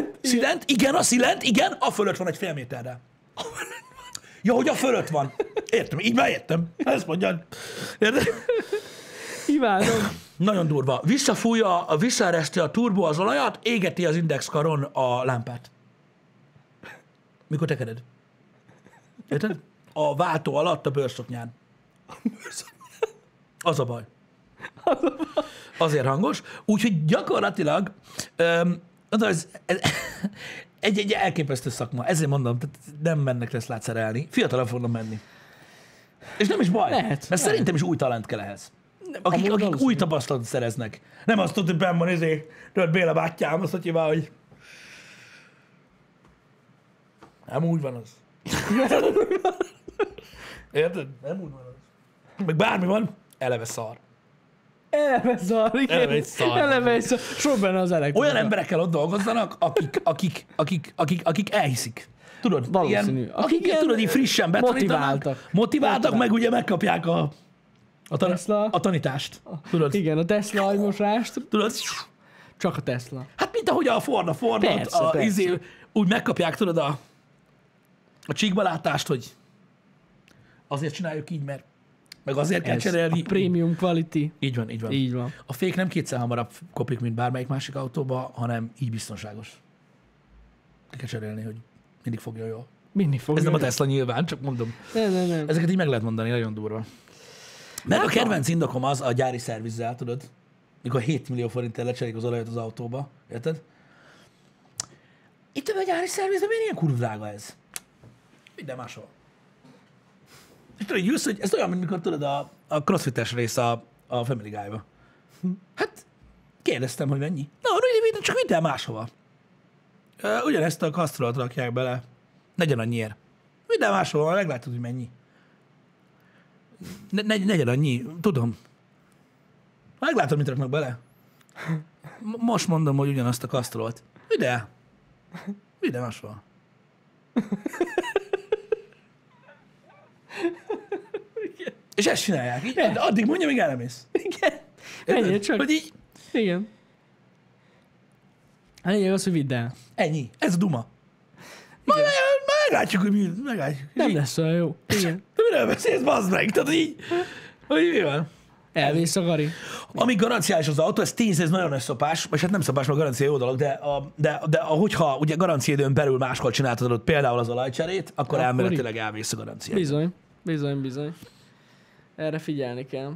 Igen, a szilent, igen, a fölött van egy fél méterrel. Ja, hogy a fölött van. Értem, így már értem. Ezt mondjad. Érted? Imádom. Nagyon durva. Visszaereszti a turbo az olajat, égeti az indexkaron a lámpát. Mikor tekered. Érted? A váltó alatt a bőrszoknyán. Az a baj. Azért hangos. Úgyhogy gyakorlatilag ez egy elképesztő szakma. Ezért mondom, tehát nem mennek Teslát szerelni. Fiatalabb fognak menni. És nem is baj. Lehet. Mert szerintem is új talent kell ehhez. Akik új tapasztalatot szereznek. Nem azt tudod, hogy benn van tudod, Béla bátyám, azt mondja már, hogy nem úgy van az. Érted? Nem úgy van az. Meg bármi van, eleve szar. Eleve szar, igen. Eleve egy szar. Eleve egy szar. Sok benne az elektronika. Olyan emberekkel ott dolgozzanak, akik elhiszik. Tudod? Valószínű. Ilyen, akik tudod, így frissen betanítanak. Motiváltak, meg ugye megkapják a tanítást. Tudod? Igen, a Tesla agymosást. Tudod? Csak a Tesla. Hát mint ahogy a Fordot, Persze. úgy megkapják, tudod, a csíkbalátást, hogy azért csináljuk így, mert meg azért kell cserélni. A premium quality. Így van, így van. Így van. A fék nem kétszer hamarabb kopik, mint bármelyik másik autóba, hanem így biztonságos. Ki kell cserélni, hogy mindig fogja jól. Mindig fogja. Ez nem a Tesla nyilván, csak mondom. Nem. Ezeket így meg lehet mondani, nagyon durva. Meg a kedvenc indokom az a gyári szervizzel, tudod? Mikor 7 millió forintért lecserélik az olajat az autóba, érted? Itt a gyári szervizben miért ilyen kurva drága ez? Minden máshol. És tudod, jössz, hogy ez olyan, mint mikor tudod a crossfites rész a Family Guy-ba. Hát kérdeztem, hogy mennyi. Na, csak minden máshova. Ugyanezt a kasztrolat rakják bele. Negyen annyiért. Minden máshova, meglátod, hogy mennyi. Negyen annyi, tudom. Meglátod, mit raknak bele. Most mondom, hogy ugyanazt a kasztrolt. Minden máshova. És ezt csinálják. Így, addig mondja, még elmész. Igen. Ennyi csak. Hogy így. Igen. A lényeg az, hogy vidd el. Ennyi. Ez a duma. Meglátjuk, hogy mi. Meglátjuk. Nem lesz olyan jó. Igen. De miről beszélsz, bazd meg? Tehát így. Hogy mi van? Elvész a gari. Amíg garanciás az autó, ez tényleg ez nagyon nagy szopás, vagy hát nem szopás, mert a garancia jó dolog, de hogyha ugye garanciaidőn belül máskor csináltad ott például az olajcserét, akkor elméletileg elvész a garancia. Bizony. Erre figyelni kell.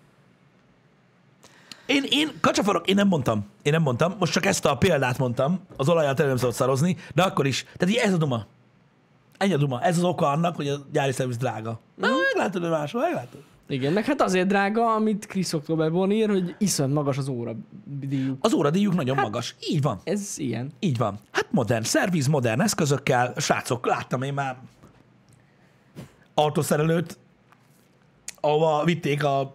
Kacsaforok, én nem mondtam, most csak ezt a példát mondtam, az olajat nem szabad szarozni, de akkor is. Tehát így ez a duma. Ennyi a duma. Ez az oka annak, hogy a gyári szerviz drága. Na, meglátod, hogy máshol, meglátod. Igen, meg hát azért drága, amit Chris Oktoberból ír, hogy iszonyat magas az óradíjuk. Az óradíjuk nagyon magas. Így van. Ez ilyen. Így van. Hát modern szerviz, modern eszközökkel. Srácok, láttam én már autószerelőt, ahova vitték a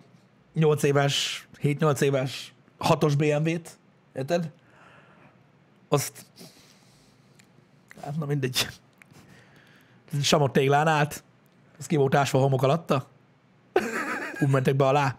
7-8 éves 6-os BMW-t, érted? Azt, hát na mindegy, samot téglán állt, az ki volt ásva a homok alatta, úgy mentek be alá.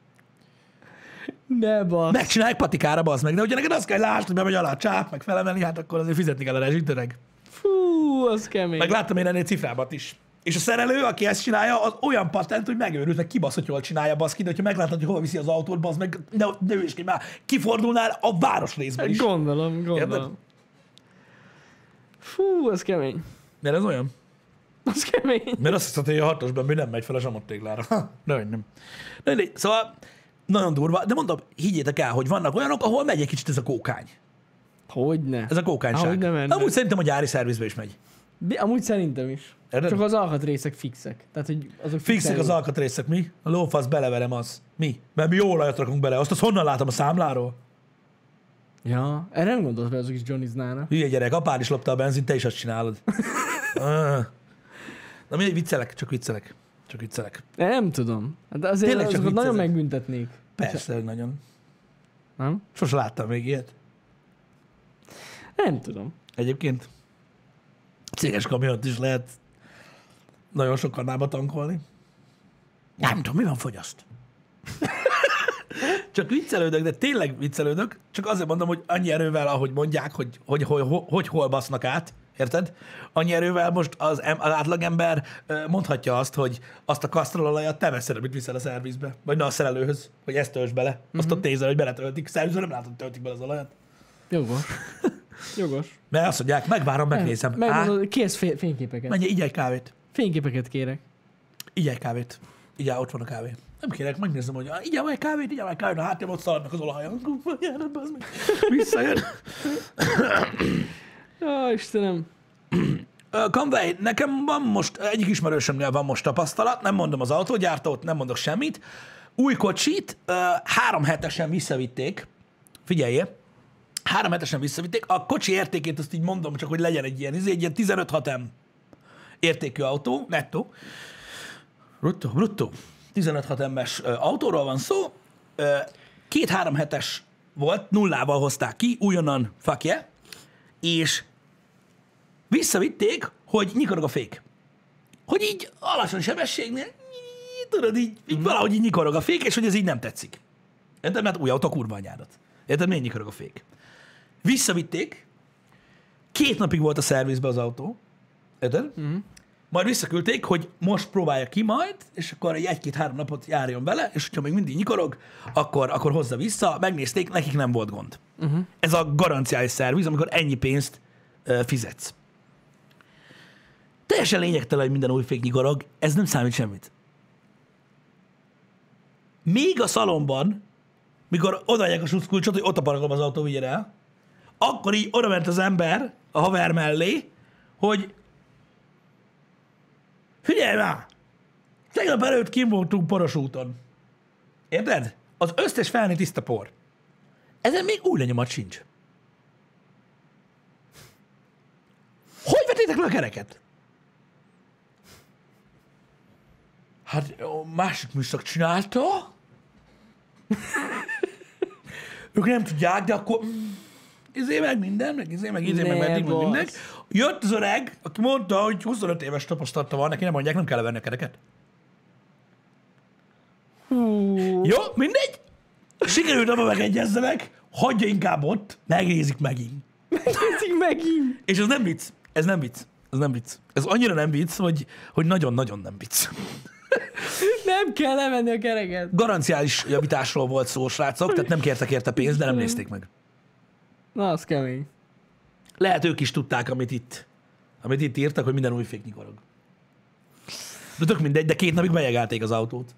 Ne basz. Megcsinálják patikára, bazd meg, de ugye neked azt kell lásd, hogy bemegy alá a csáp, meg felemelni, hát akkor azért fizetni kell a rezsit, öreg. Fú, az kemény. Meg láttam én ennél cifrábat is. És a szerelő, aki ezt csinálja, az olyan patent, hogy megőrült, meg kibaszott jól csinálja, baszki, de hogyha meglátod, hogy hova viszi az autót, bazd meg, ne ügyeskedj már, kifordulnál a városrészben is. Gondolom. Érted? Fú, az kemény. Mert ez olyan? Az kemény. Mert azt hiszed, hogy a 6-osban mi nem megy fel a zsamottéglára. Nem. Szóval nagyon durva, de mondom, higgyétek el, hogy vannak olyanok, ahol megy egy kicsit ez a kókány. Hogyne. Ez a kókányság. Amúgy szerintem a gyári szervizbe is megy. Amúgy szerintem is. Érted? Csak az alkatrészek fixek. Tehát, hogy azok fixek az alkatrészek, mi? A lófasz beleverem az. Mi? Mert mi jó olajat rakunk bele. Azt honnan látom a számláról? Ja, erre nem gondolt, hogy azok is johnnyznának. Hülye gyerek, apád is lopta a benzint, te is azt csinálod. Na mindegy, viccelek. Nem tudom. De azért Tényleg azokat nagyon megbüntetnék. Persze, hogy nagyon. Nem? Sose láttam még ilyet. Nem tudom. Egyébként céges kamiont is lehet nagyon sok kannába tankolni. Nem tudom, mi van, fogyaszt. Csak viccelődök, de tényleg viccelődök, csak azért mondom, hogy annyi erővel, ahogy mondják, hogy hol basznak át, Érted? Annyi erővel most az átlagember mondhatja azt, hogy azt a kasztrololajat te veszed, amit viszel a szervizbe. Vagy na a szerelőhöz, hogy ezt töltsd bele. Azt ott nézel, hogy beletöltik. Szervizben nem látod, hogy töltik bele az olajat. Jogos. Jogos. Mert azt mondják, megvárom, megnézem. Megmondod, kérsz fényképeket. Menj, így egy kávét. Fényképeket kérek. Így egy kávét. Így ott van a kávé. Nem kérek, megnézem, hogy így egy kávét, így egy kávét, a háttérben ott szaladnak az olajon. Visszajön. Ó, Istenem. Conway, nekem van most, egyik ismerősömnél van most tapasztalat, nem mondom az autógyártót, nem mondok semmit. Új kocsit 3 hetesen visszavitték. Figyeljél. 3 hetesen visszavitték. A kocsi értékét azt így mondom, csak hogy legyen egy ilyen 15-6 M értékű autó, nettó. Bruttó. 15-6 M-es autóról van szó. 2-3 hetes volt, nullával hozták ki, újonnan, fuck yeah, és visszavitték, hogy nyikorog a fék. Hogy így alacsony sebességnél, tudod, így valahogy így nyikorog a fék, és hogy ez így nem tetszik. Érted? Mert új autó kurva anyádat. Érted? Miért nyikorog a fék? Visszavitték, 2 napig volt a szervizbe az autó. Érted? Majd visszaküldték, hogy most próbálja ki majd, és akkor 1-2-3 napot járjon bele, és hogyha még mindig nyikorog, akkor hozza vissza. Megnézték, nekik nem volt gond. Ez a garanciális szerviz, amikor ennyi pénzt fizetsz. Teljesen lényegtelen, hogy minden új fék nyikorog, ez nem számít semmit. Még a szalomban, mikor odaadják a suszkulcsot, hogy ott a parkolom az autó, vigyél el, akkor így oda ment az ember a haver mellé, hogy figyelj már! Tegnap előtt kim voltunk Poros úton. Érted? Az összes felni tiszta por. Ezen még új lenyomat sincs. Hogy vettétek le a kereket? Hát a másik műszak csinálta. Ők nem tudják, de akkor meg minden, meg meddig, meg mindenek. Jött az öreg, aki mondta, hogy 25 éves tapasztalata van, neki nem mondják, nem kell levenni a kereket. Jó, mindegy. Sikerült abba megegyezzenek, hagyja inkább ott, megnézik megint. Megnézik megint. És ez nem vicc. Ez nem vicc. Ez nem vicc. Ez annyira nem vicc, hogy nagyon-nagyon nem vicc. Nem kell levenni a kereket. Garanciális javításról volt szó, srácok, tehát nem kértek érte pénzt, de nem nézték meg. Na, az kemény. Lehet ők is tudták, amit itt írtak, hogy minden új fék nyikorog. De tök mindegy, de 2 napig bejegelték az autót.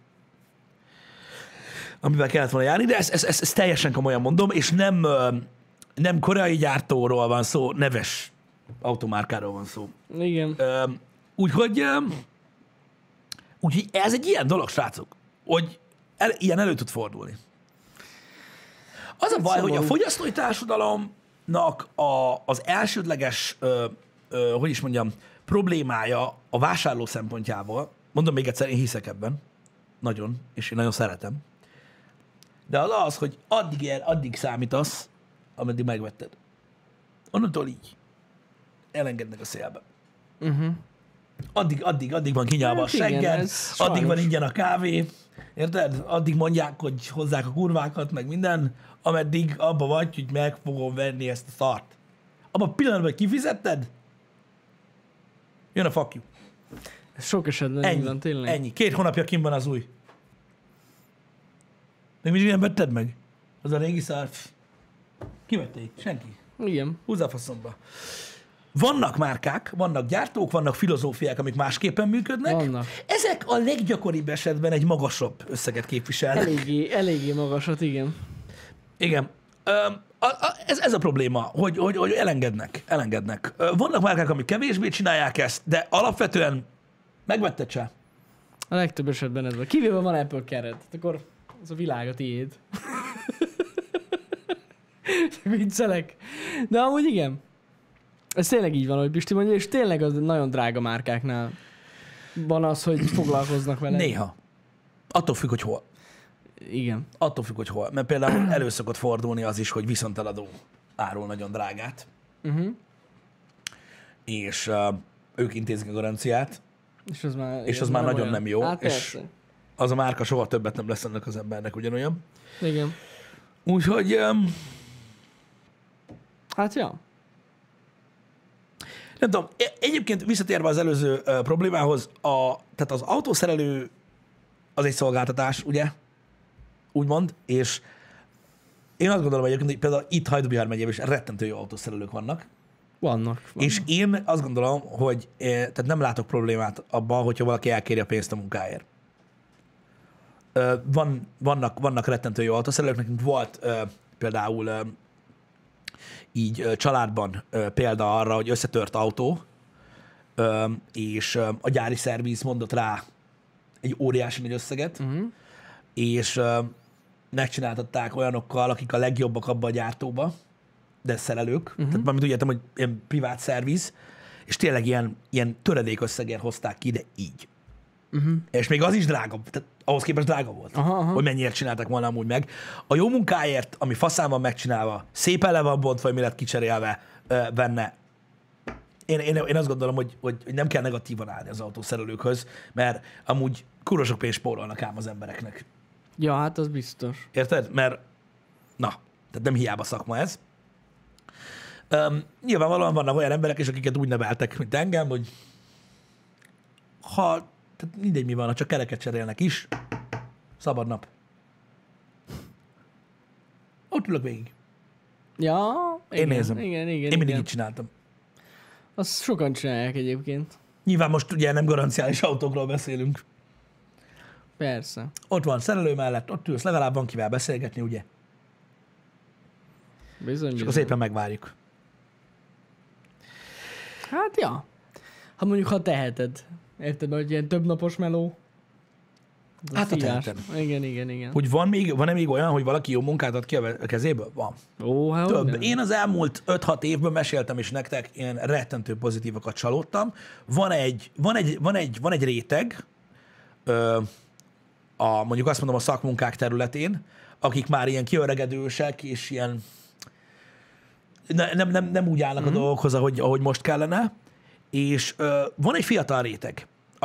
Amivel kellett volna járni, de ezt teljesen komolyan mondom, és nem koreai gyártóról van szó, neves automárkáról van szó. Igen. Úgyhogy ez egy ilyen dolog, srácok, hogy ilyen elő tud fordulni. Az a baj, hogy a fogyasztói társadalomnak az elsődleges, hogy is mondjam, problémája a vásárló szempontjából, mondom még egyszer, én hiszek ebben, nagyon, és én nagyon szeretem, de az, hogy addig számítasz, ameddig megvetted. Onnantól így elengednek a szélbe. Addig van kinyálva a segged, addig van ingyen a kávé, érted? Addig mondják, hogy hozzák a kurvákat, meg minden, ameddig abba vagy, hogy meg fogom venni ezt a szart. Abban a pillanatban, hogy kifizetted, jön a fuck you. Ez sok esetben így van, tényleg. Ennyi. 2 hónapja kim van az új. Még mindig nem vetted meg? Az a régi szar. Ki vették? Senki. Igen. Húzzá a faszomba. Vannak márkák, vannak gyártók, vannak filozófiák, amik másképpen működnek. Vannak. Ezek a leggyakoribb esetben egy magasabb összeget képviselnek. Eléggé magasat, igen. Igen. Ez a probléma, hogy elengednek. Vannak márkák, amik kevésbé csinálják ezt, de alapvetően megvetted se. A legtöbb esetben ez van. Kivéve van Apple keret, akkor az a világ a tiéd. Viccelek. De amúgy igen. Ez tényleg így van, hogy Pisti mondja, és tényleg az nagyon drága márkáknál van az, hogy foglalkoznak vele. Néha. Attól függ, hogy hol. Igen. Attól függ, hogy hol. Mert például elő szokott fordulni az is, hogy viszonteladó árul nagyon drágát. És ők intézik a garanciát. És az már nagyon nem jó. Hát és az a márka soha többet nem lesz ennek az embernek ugyanolyan. Igen. Úgyhogy... Hát ja. Nem tudom, egyébként visszatérve az előző problémához, tehát az autószerelő az egy szolgáltatás, ugye? Úgymond, és én azt gondolom egyébként, hogy például itt Hajdú-Bihar megyében is rettentő jó autószerelők vannak. Vannak. És én azt gondolom, hogy tehát nem látok problémát abban, hogyha valaki elkéri a pénzt a munkáért. Vannak rettentő jó autószerelők, nekünk volt például így családban példa arra, hogy összetört autó, és a gyári szerviz mondott rá egy óriási nagy összeget, és megcsináltatták olyanokkal, akik a legjobbak abba a gyártóba, de szerelők, tehát valamit úgy értem, hogy ilyen privát szerviz, és tényleg ilyen töredékösszegért hozták ki, de így. És még az is drága, tehát ahhoz képest drága volt, hogy mennyiért csinálták volna amúgy meg. A jó munkáért, ami faszán van megcsinálva, szépen le van bontva, hogy mi lett kicserélve benne. Én azt gondolom, hogy nem kell negatívan állni az autószerelőkhöz, mert amúgy kurva sok pénzt spórolnak ám az embereknek. Ja, hát az biztos. Érted? Mert, tehát nem hiába szakma ez. Nyilvánvalóan vannak olyan emberek is, akiket úgy neveltek, mint engem, hogy tehát mindegy mi van, ha csak kereket cserélnek is, szabad nap. Ott ülök végig. Ja, igen, Én nézem. Igen. Én mindig így csináltam. Azt sokan csinálják egyébként. Nyilván most ugye nem garanciális autókról beszélünk. Persze. Ott van szerelő mellett, ott ülsz, legalább van kivel beszélgetni, ugye? Bizony. És akkor szépen megvárjuk. Hát ja. Ha mondjuk, ha teheted. Érted, hogy ilyen többnapos meló. Hát, ha teheted. Igen. Hogy van-e még olyan, hogy valaki jó munkát ad ki a kezéből? Van. Ó, hát Több. nem. Én az elmúlt 5-6 évben meséltem is nektek, én rettentő pozitívakat csalódtam. Van egy réteg, mondjuk azt mondom a szakmunkák területén, akik már ilyen kiöregedősek, és ilyen nem úgy állnak a dolgokhoz, ahogy most kellene, és van egy fiatal réteg,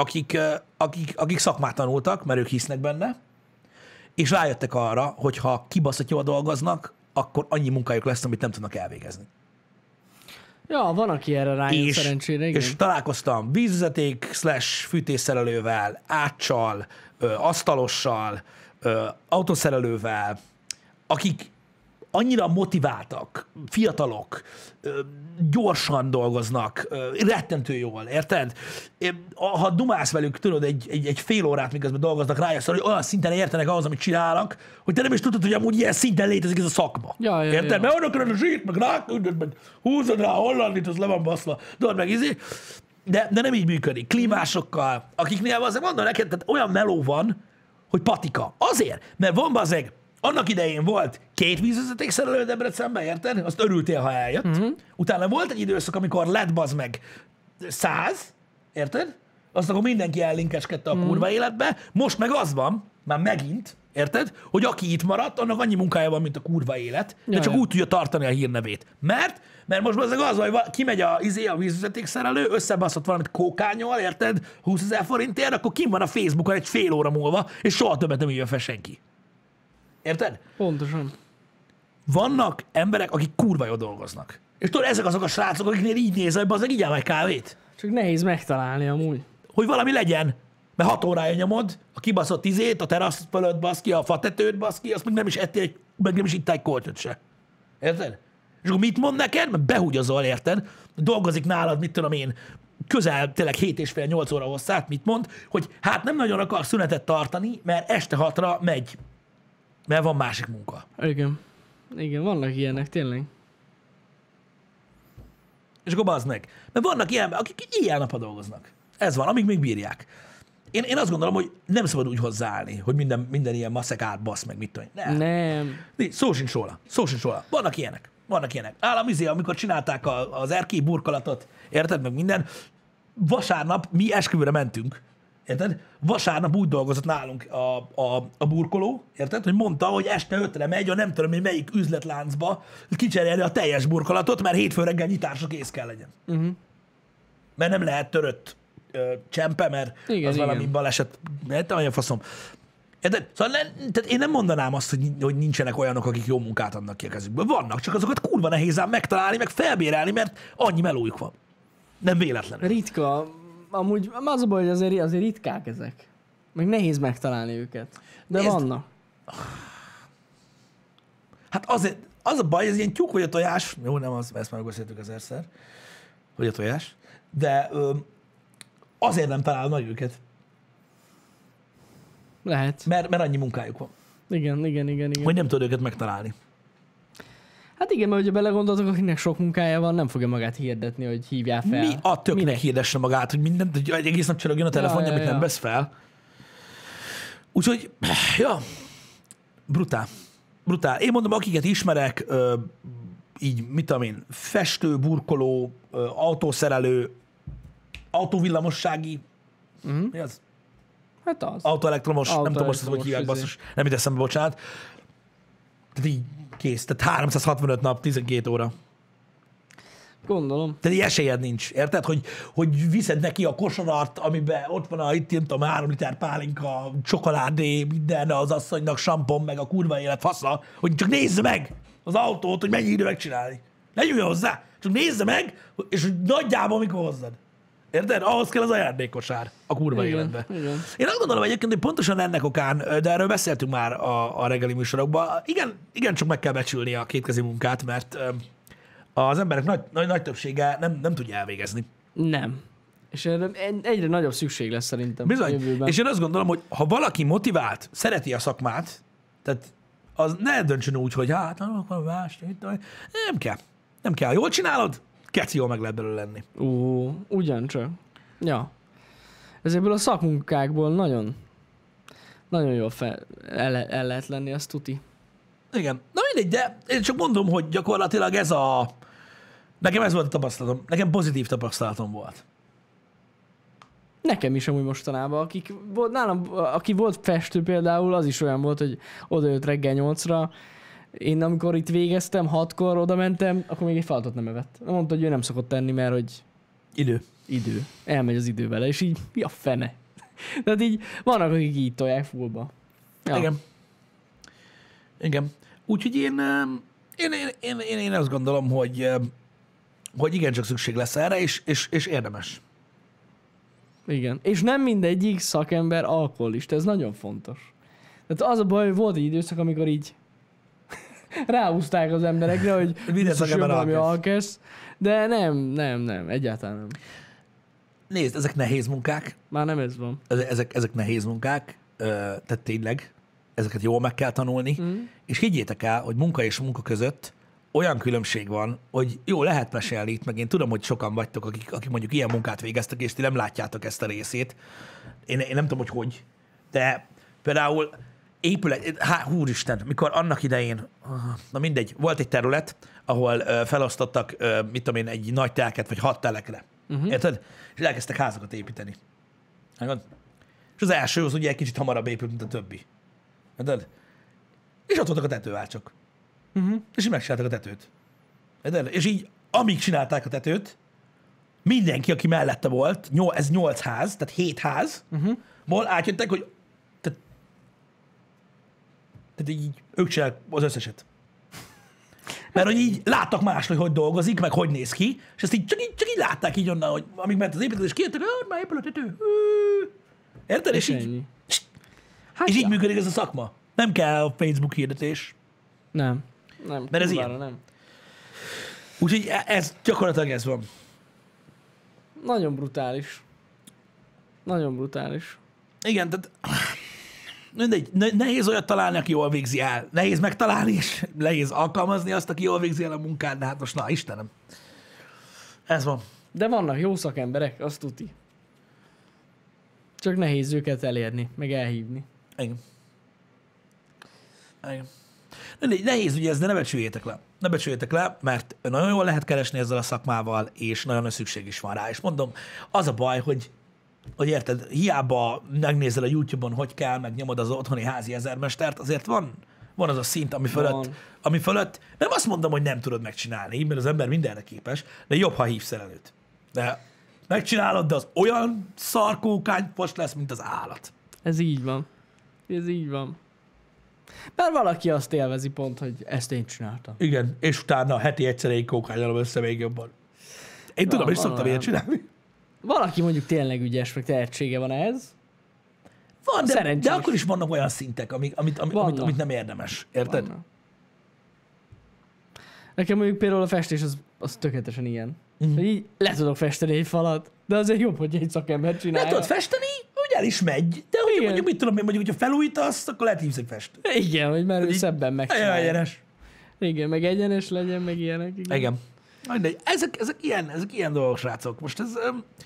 akik szakmát tanultak, mert ők hisznek benne, és rájöttek arra, hogy ha kibaszott jól dolgoznak, akkor annyi munkájuk lesz, amit nem tudnak elvégezni. Ja, van, aki erre rájön szerencsére, igen. És találkoztam vízvezeték / fűtésszerelővel, áccsal, asztalossal, autószerelővel, akik annyira motiváltak, fiatalok, gyorsan dolgoznak, rettentő jól, érted? Ha dumálsz velük, tudod, egy fél órát, miközben dolgoznak, rájössz, hogy olyan szinten értenek ahhoz, amit csinálnak, hogy te nem is tudod, hogy amúgy ilyen szinten létezik ez a szakma. Ja, érted? Ja. Mert onnan a zsírt, meg ráküldöd, meg húzod rá a hollandit, az le van baszva, tudod meg de nem így működik. Klímásokkal, akiknél azért mondom neked, tehát olyan meló van, hogy patika. Azért, mert van bazeg, annak idején volt 2 vízvezetékszerelő Debrecenben, érted? Azt örültél, ha eljött. Utána volt egy időszak, amikor lett bazd meg 100, érted? Azt akkor mindenki ellinkeskedte a kurva életbe. Most meg az van, már megint, érted? Hogy aki itt maradt, annak annyi munkája van, mint a kurva élet, de csak úgy tudja tartani a hírnevét. Mert most az, hogy kimegy a vízvezetékszerelő, összebaszott valamit kókányol, érted? 20 000 forintért, akkor kim van a Facebookon egy fél óra múlva, és soha többet nem jön fel senki. Érted? Pontosan. Vannak emberek, akik kurva jól dolgoznak. És tudod, ezek azok a srácok, akiknél így nézel, hogy bazdmeg, így egy kávét. Csak nehéz megtalálni amúgy. Hogy valami legyen. Mert 6 órája nyomod, a kibaszott a terasz fölött baszki, a fatetőt baszki, azt meg nem is ettél, meg nem is ittál egy koltyot se. Érted? És akkor mit mond neked? Mert behugyazol, érted? Dolgozik nálad, mit tudom én, közel tényleg 7,5-8 óra hosszát, mit mond, hogy hát nem nagyon akar szünetet tartani, mert este 6-ra megy. Mert van másik munka. Igen, vannak ilyenek, tényleg. És akkor bazd meg. Mert vannak ilyen, akik ilyen napra dolgoznak. Ez van, amíg még bírják. Én azt gondolom, hogy nem szabad úgy hozzáállni, hogy minden ilyen maszek átbasz meg, mit tudom. Nem. Szó sincs róla. Vannak ilyenek. Állam amikor csinálták az erkély burkolatot, érted, meg minden, vasárnap mi esküvőre mentünk, érted? Vasárnap úgy dolgozott nálunk a burkoló, érted? Hogy mondta, hogy este 5-re megy a nem tudom én melyik üzletláncba kicserélni a teljes burkolatot, mert hétfő reggel nyitásra kész kell legyen. Mert nem lehet törött csempe, mert igen, az valami baleset, olyan faszom. Érted? Szóval tehát én nem mondanám azt, hogy nincsenek olyanok, akik jó munkát adnak ki a kezükből. Vannak, csak azokat kurva nehéz ám megtalálni, meg felbérelni, mert annyi melójuk van. Nem véletlenül. Ritka. Amúgy az a baj, hogy azért ritkák ezek. Meg nehéz megtalálni őket. De Nézd. vannak. Hát azért, az a baj, ez ilyen tyúk vagy a tojás. Jó, nem az, ezt már beszéltük ezerszer, hogy a tojás. De azért nem találom nagy őket. Lehet. Mert annyi munkájuk van, Igen. hogy nem tudod őket megtalálni. Hát igen, mert hogyha belegondoltok, akinek sok munkája van, nem fogja magát hirdetni, hogy hívjál fel. Mi a töknek Minek? hirdesse magát, hogy mindent, hogy egy egész nap csörögjön a telefonja, amit nem vesz fel. Úgyhogy, ja, brutál. Brutál. Én mondom, akiket ismerek, így, mit tudom én, festő, burkoló, autószerelő, autóvillamossági, mi az? Hát az. Autóelektromos, nem tudom most, hogy hívják, basszus, nem jut eszembe, bocsánat. Tehát így kész. Tehát 365 nap, 12 óra. Gondolom. Tehát így esélyed nincs, érted? Hogy viszed neki a kosarat, amiben ott van itt nem tudom, 3 liter pálinka, csokoládé, minden, az asszonynak sampon, meg a kurva élet fasza, hogy csak nézze meg az autót, hogy mennyi idő megcsinálni. Ne nyúlj hozzá, csak nézze meg, és hogy nagyjából mikor hozzad. Érted? Ahhoz kell az ajándékosár a kurva életbe. Igen. Én azt gondolom egyébként, hogy pontosan ennek okán, de erről beszéltünk már a reggeli műsorokban, igen, csak meg kell becsülni a kétkezi munkát, mert az emberek nagy többsége nem tudja elvégezni. Nem. És erre egyre nagyobb szükség lesz szerintem. Bizony. Jövőben. És én azt gondolom, hogy ha valaki motivált, szereti a szakmát, tehát az ne döntsön úgy, hogy hát, akkor más, nem kell. Nem kell. Jól csinálod, keci jól meg lehet belőle lenni. Ugyancsak. Ja. Ezekből a szakmunkákból nagyon jól el lehet lenni, azt tuti. Igen. Na mindegy, de én csak mondom, hogy gyakorlatilag nekem ez volt a tapasztalatom. Nekem pozitív tapasztalatom volt. Nekem is amúgy mostanában, aki volt festő például, az is olyan volt, hogy odajött reggel 8-ra. Én amikor itt végeztem, 6-kor oda mentem, akkor még egy falatot nem evett. Mondta, hogy ő nem szokott tenni, mert hogy idő. Elmegy az idő vele, és így mi a fene? Tehát így vannak, akik így tolják fullba. Ja. Igen. Úgyhogy én azt gondolom, hogy igencsak szükség lesz erre, és érdemes. Igen. És nem mindegyik szakember alkoholista, ez nagyon fontos. Tehát az a baj, hogy volt egy időszak, amikor így ráhúzták az emberekre, hogy biztos jön valami alkesz, de nem, egyáltalán nem. Nézd, ezek nehéz munkák. Már nem ez van. Ezek nehéz munkák, tehát tényleg, ezeket jól meg kell tanulni, és higgyétek el, hogy munka és munka között olyan különbség van, hogy jó, lehet mesélni itt, meg én tudom, hogy sokan vagytok, akik mondjuk ilyen munkát végeztek, és ti nem látjátok ezt a részét. Én nem tudom, hogy, de például úristen, mikor annak idején, na mindegy, volt egy terület, ahol felosztottak, mit tudom én, egy nagy telket, vagy 6 telekre. Érted? És elkezdtek házakat építeni. És az első az ugye egy kicsit hamarabb épült, mint a többi. Érted? És ott voltak a tetőácsok. És így megcsináltak a tetőt. Érted? És így, amíg csinálták a tetőt, mindenki, aki mellette volt, ez 8 ház, tehát 7 ház, átjöttek, hogy tehát így ők csinálják az összeset. Mert hogy így láttak másról, hogy dolgozik, meg hogy néz ki, és ezt így csak így látták így onnan, hogy amíg ment az építkezés, kijöttek, hogy már épül a tető. Érted? És így, hát és így működik ez a szakma. Nem kell a Facebook hirdetés. Nem. Mert ez ilyen. Nem. Úgyhogy ez gyakorlatilag ez van. Nagyon brutális. Nagyon brutális. Igen, tehát mindegy, nehéz olyat találni, aki jól végzi el. Nehéz megtalálni, és nehéz alkalmazni azt, aki jól végzi el a munkát, de hát most na, Istenem. Ez van. De vannak jó szakemberek, azt tuti. Csak nehéz őket elérni, meg elhívni. Igen. Nehéz ugye ez, de ne becsüljétek le. Ne becsüljétek le, mert nagyon jól lehet keresni ezzel a szakmával, és nagyon nagy szükség is van rá. És mondom, az a baj, hogy érted, hiába megnézel a YouTube-on, hogy kell, meg nyomod az otthoni házi ezermestert, azért van az a szint, ami fölött nem azt mondom, hogy nem tudod megcsinálni, mert az ember mindenre képes, de jobb, ha hívsz szerelőt. De megcsinálod, de az olyan szarkókány post lesz, mint az állat. Ez így van. Mert valaki azt élvezi pont, hogy ezt én csináltam. Igen, és utána heti egyszer egy kókányalom össze még jobban. Én tudom, és van szoktam olyan. ilyet csinálni. Valaki mondjuk tényleg ügyes, meg tehetsége van ehhez. Van, de Szerencsés. akkor is vannak olyan szintek, amit nem érdemes. Érted? Vannak. Nekem mondjuk például a festés az tökéletesen ilyen. Mhm. Hogy így le tudok festeni egy falat, de azért jobb, hogy egy szakember csinálja. Le tudod festeni, úgy el is megy. De hogy Igen. mondjuk, mit tudom én, mondjuk, hogyha felújítasz, akkor lehet hívsz egy festőt. Igen, hogy már ő így- szebben Nagyon megcsinálja. egyenes. Igen, meg egyenes legyen, meg ilyenek. Igen. Igen. Mindegy. Ezek ilyen dolgok, srácok. Most ez...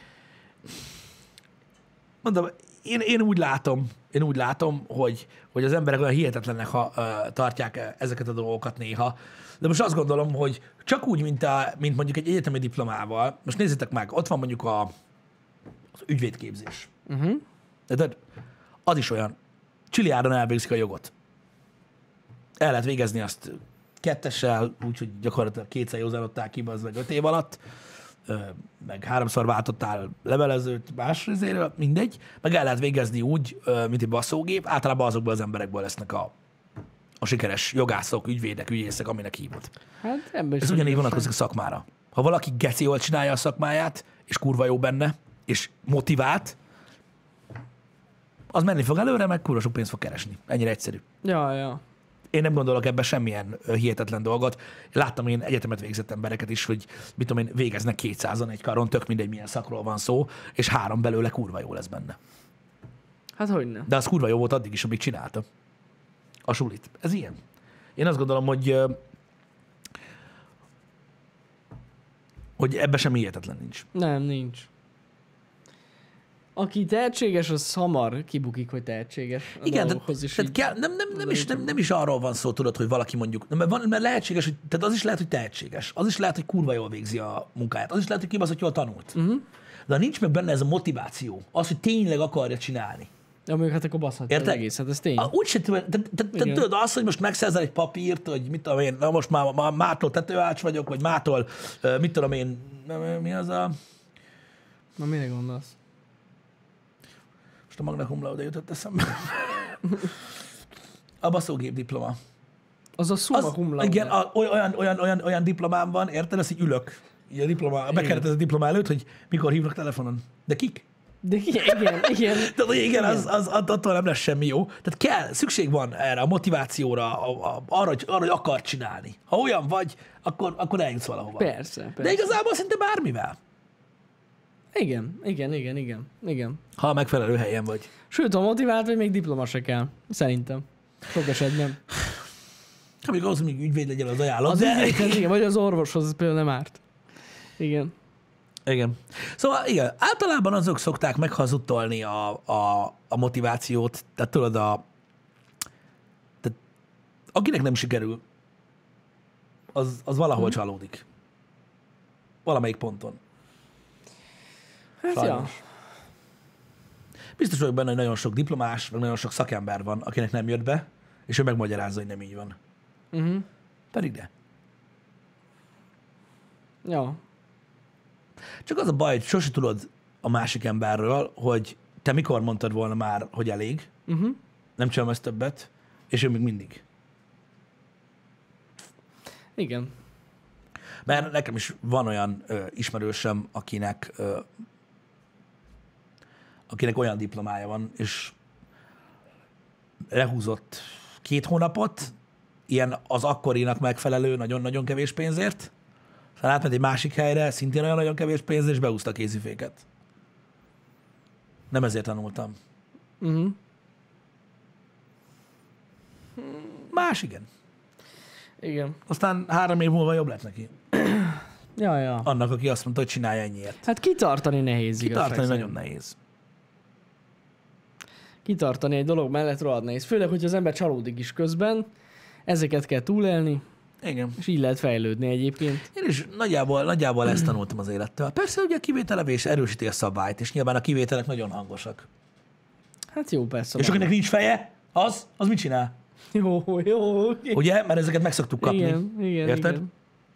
mondom, én úgy látom, hogy az emberek olyan hihetetlennek tartják ezeket a dolgokat néha. De most azt gondolom, hogy csak úgy, mint mondjuk egy egyetemi diplomával, most nézzétek meg, ott van mondjuk az ügyvédképzés. De az is olyan. Csiliádon elvégzik a jogot. El lehet végezni azt 2-essel, úgyhogy gyakorlatilag 2-szer józanodtál ki, az meg 5 év alatt, meg 3-szor váltottál levelezőt más részéről, mindegy, meg el lehet végezni úgy, mint egy basszógép, általában azokból az emberekből lesznek a sikeres jogászok, ügyvédek, ügyészek, aminek hívod. Hát ebben Ez ugyanígy vonatkozik a szakmára. Ha valaki geci jól csinálja a szakmáját, és kurva jó benne, és motivált, az menni fog előre, meg kurva sok pénzt fog keresni. Ennyire egyszerű. Ja. Én nem gondolok ebben semmilyen hihetetlen dolgot. Láttam én egyetemet végzett embereket is, hogy mit tudom én, végeznek 200-an egy karon, tök mindegy milyen szakról van szó, és 3 belőle kurva jó lesz benne. Hát hogyne. De az kurva jó volt addig is, amíg csinálta a sulit. Ez ilyen. Én azt gondolom, hogy ebben semmi hihetetlen nincs. Nem, nincs. Aki tehetséges, az hamar kibukik, hogy tehetséges. A Igen, dolgokhoz is tehát így. kell, nem is arról van szó, tudod, hogy valaki mondjuk, mert lehetséges, hogy, tehát az is lehet, hogy tehetséges. Az is lehet, hogy kurva jól végzi a munkáját. Az is lehet, hogy kibaszott jól tanult. De ha nincs meg benne ez a motiváció, az, hogy tényleg akarja csinálni. Ja, mondjuk hát akkor baszhatja az Érted? egészet, ez tény. Úgy se tudod, az, hogy most megszerzel egy papírt, hogy mit tudom én, na most már mától tetőács vagyok, vagy mától, mit tudom én, mi az a... Na mire gondolsz? Most a magna cum laude jutott eszembe. A baszógép diploma. Az a summa cum laude. Igen, olyan diplomám van, érted? Ezt így ülök. Így a diploma, bekeretez a diploma előtt, hogy mikor hívnak telefonon. De kik? De igen. Tehát, hogy igen, az attól nem lesz semmi jó. Tehát kell, szükség van erre, a motivációra, arra, hogy akar csinálni. Ha olyan vagy, akkor eljutsz valahova. Persze. De igazából szinte bármivel. Igen. Ha a megfelelő helyen vagy. Sőt, ha motivált, hogy még diploma se kell. Szerintem. Sok esetben. Ha még az, hogy még ügyvéd legyen az ajánlat. Az de... ügyvédhez, igen, vagy az orvoshoz, ez például nem árt. Igen. Igen. Szóval igen, általában azok szokták meghazudtolni a motivációt, tehát tudod, tehát akinek nem sikerül, az valahol csalódik. Valamelyik ponton. Hát Sajnos. Biztos vagyok benne, hogy nagyon sok diplomás, meg nagyon sok szakember van, akinek nem jött be, és ő megmagyarázza, hogy nem így van. Pedig de. Ja. Csak az a baj, hogy sose tudod a másik emberről, hogy te mikor mondtad volna már, hogy elég, nem csinálom ezt többet, és ő még mindig. Igen. Mert nekem is van olyan ismerősöm, akinek olyan diplomája van, és lehúzott 2 hónapot, ilyen az akkorinak megfelelő, nagyon-nagyon kevés pénzért, aztán átment egy másik helyre, szintén olyan nagyon kevés pénzért, és beúszta a kéziféket. Nem ezért tanultam. Más igen. Igen. Aztán 3 év múlva jobb lett neki. Ja. Annak, aki azt mondta, hogy csinálja ennyiért. Hát kitartani nehéz. Kitartani igazság nagyon szerint. nehéz. Kitartani egy dolog mellett rohadt nehéz. Főleg, hogy az ember csalódik is közben. Ezeket kell túlélni, Igen. és így lehet fejlődni egyébként. Én is nagyjából ezt tanultam az élettől. Persze, ugye a kivételevés erősíti a szabályt, és nyilván a kivételek nagyon hangosak. Hát jó, persze. És akinek nincs feje, az mit csinál? Jó. Okay. Ugye? Mert ezeket meg szoktuk kapni. Igen. Érted? Igen.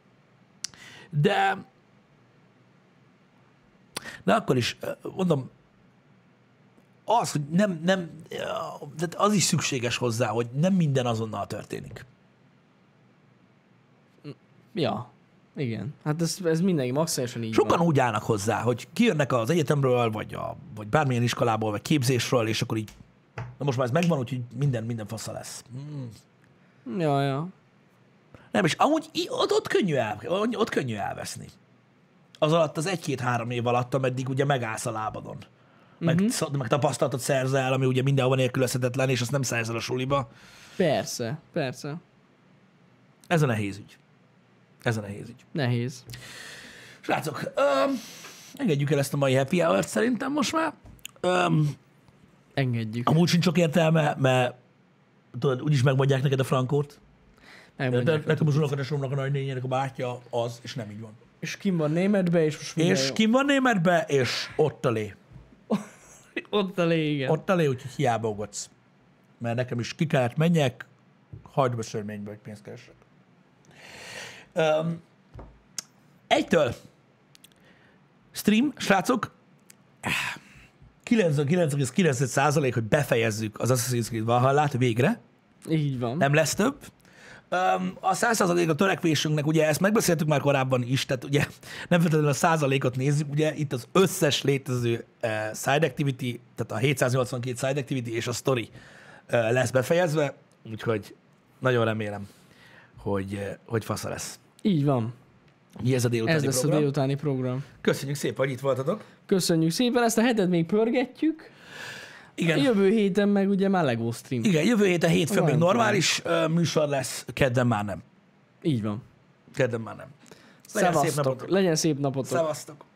De akkor is, mondom, az, hogy nem, de az is szükséges hozzá, hogy nem minden azonnal történik. Ja. Igen. Hát ez mindenki maximálisan így Sokan van. úgy állnak hozzá, hogy kijönnek az egyetemről, vagy bármilyen iskolából, vagy képzésről, és akkor így, na most már ez megvan, úgyhogy minden fasza lesz. Ja. Nem, és amúgy ott könnyű elveszni. Az alatt az 1-2-3 év alatt, ameddig ugye megállsz a lábadon. Meg tapasztalatot szerzel, ami ugye mindenhol nélkülözhetetlen, és azt nem szerzel a suliba. Persze. Ez a nehéz ügy. Nehéz. Srácok, engedjük el ezt a mai happy hour-t szerintem most már. Engedjük. Amúgy sincs sok értelme, mert tudod, úgyis megmondják neked a frankót. Megmondják. Nekem az unokatesomnak a nagynényének a bátyja az, és nem így van. És kim van németbe, és most minden És jó. kim van németbe, és ott a lé. Ott a lé, Ott a lé, úgyhogy hiába ugatsz. Mert nekem is ki kellett menjek, hagyd be szörménybe, hogy pénzt keresek. 1-től stream, srácok, 99,9%, hogy befejezzük az Assassin's Creed Valhallát végre. Így van. Nem lesz több. A 100% a törekvésünknek, ugye ezt megbeszéltük már korábban is, tehát ugye nem feltétlenül a százalékot nézzük, ugye itt az összes létező side activity, tehát a 782 side activity és a story lesz befejezve, úgyhogy nagyon remélem, hogy fasza lesz. Így van. Mi ez a délutáni Ez lesz program? a délutáni program. Köszönjük szépen, hogy itt voltatok. Köszönjük szépen, ezt a hetet még pörgetjük. Igen. Jövő héten meg ugye már Lego stream. Igen, jövő héten hétfőn még Van normális műsor lesz, kedden már nem. Így van. Kedden már nem. Legyen szép Szevasztok. napotok. Legyen szép napotok. Szevasztok.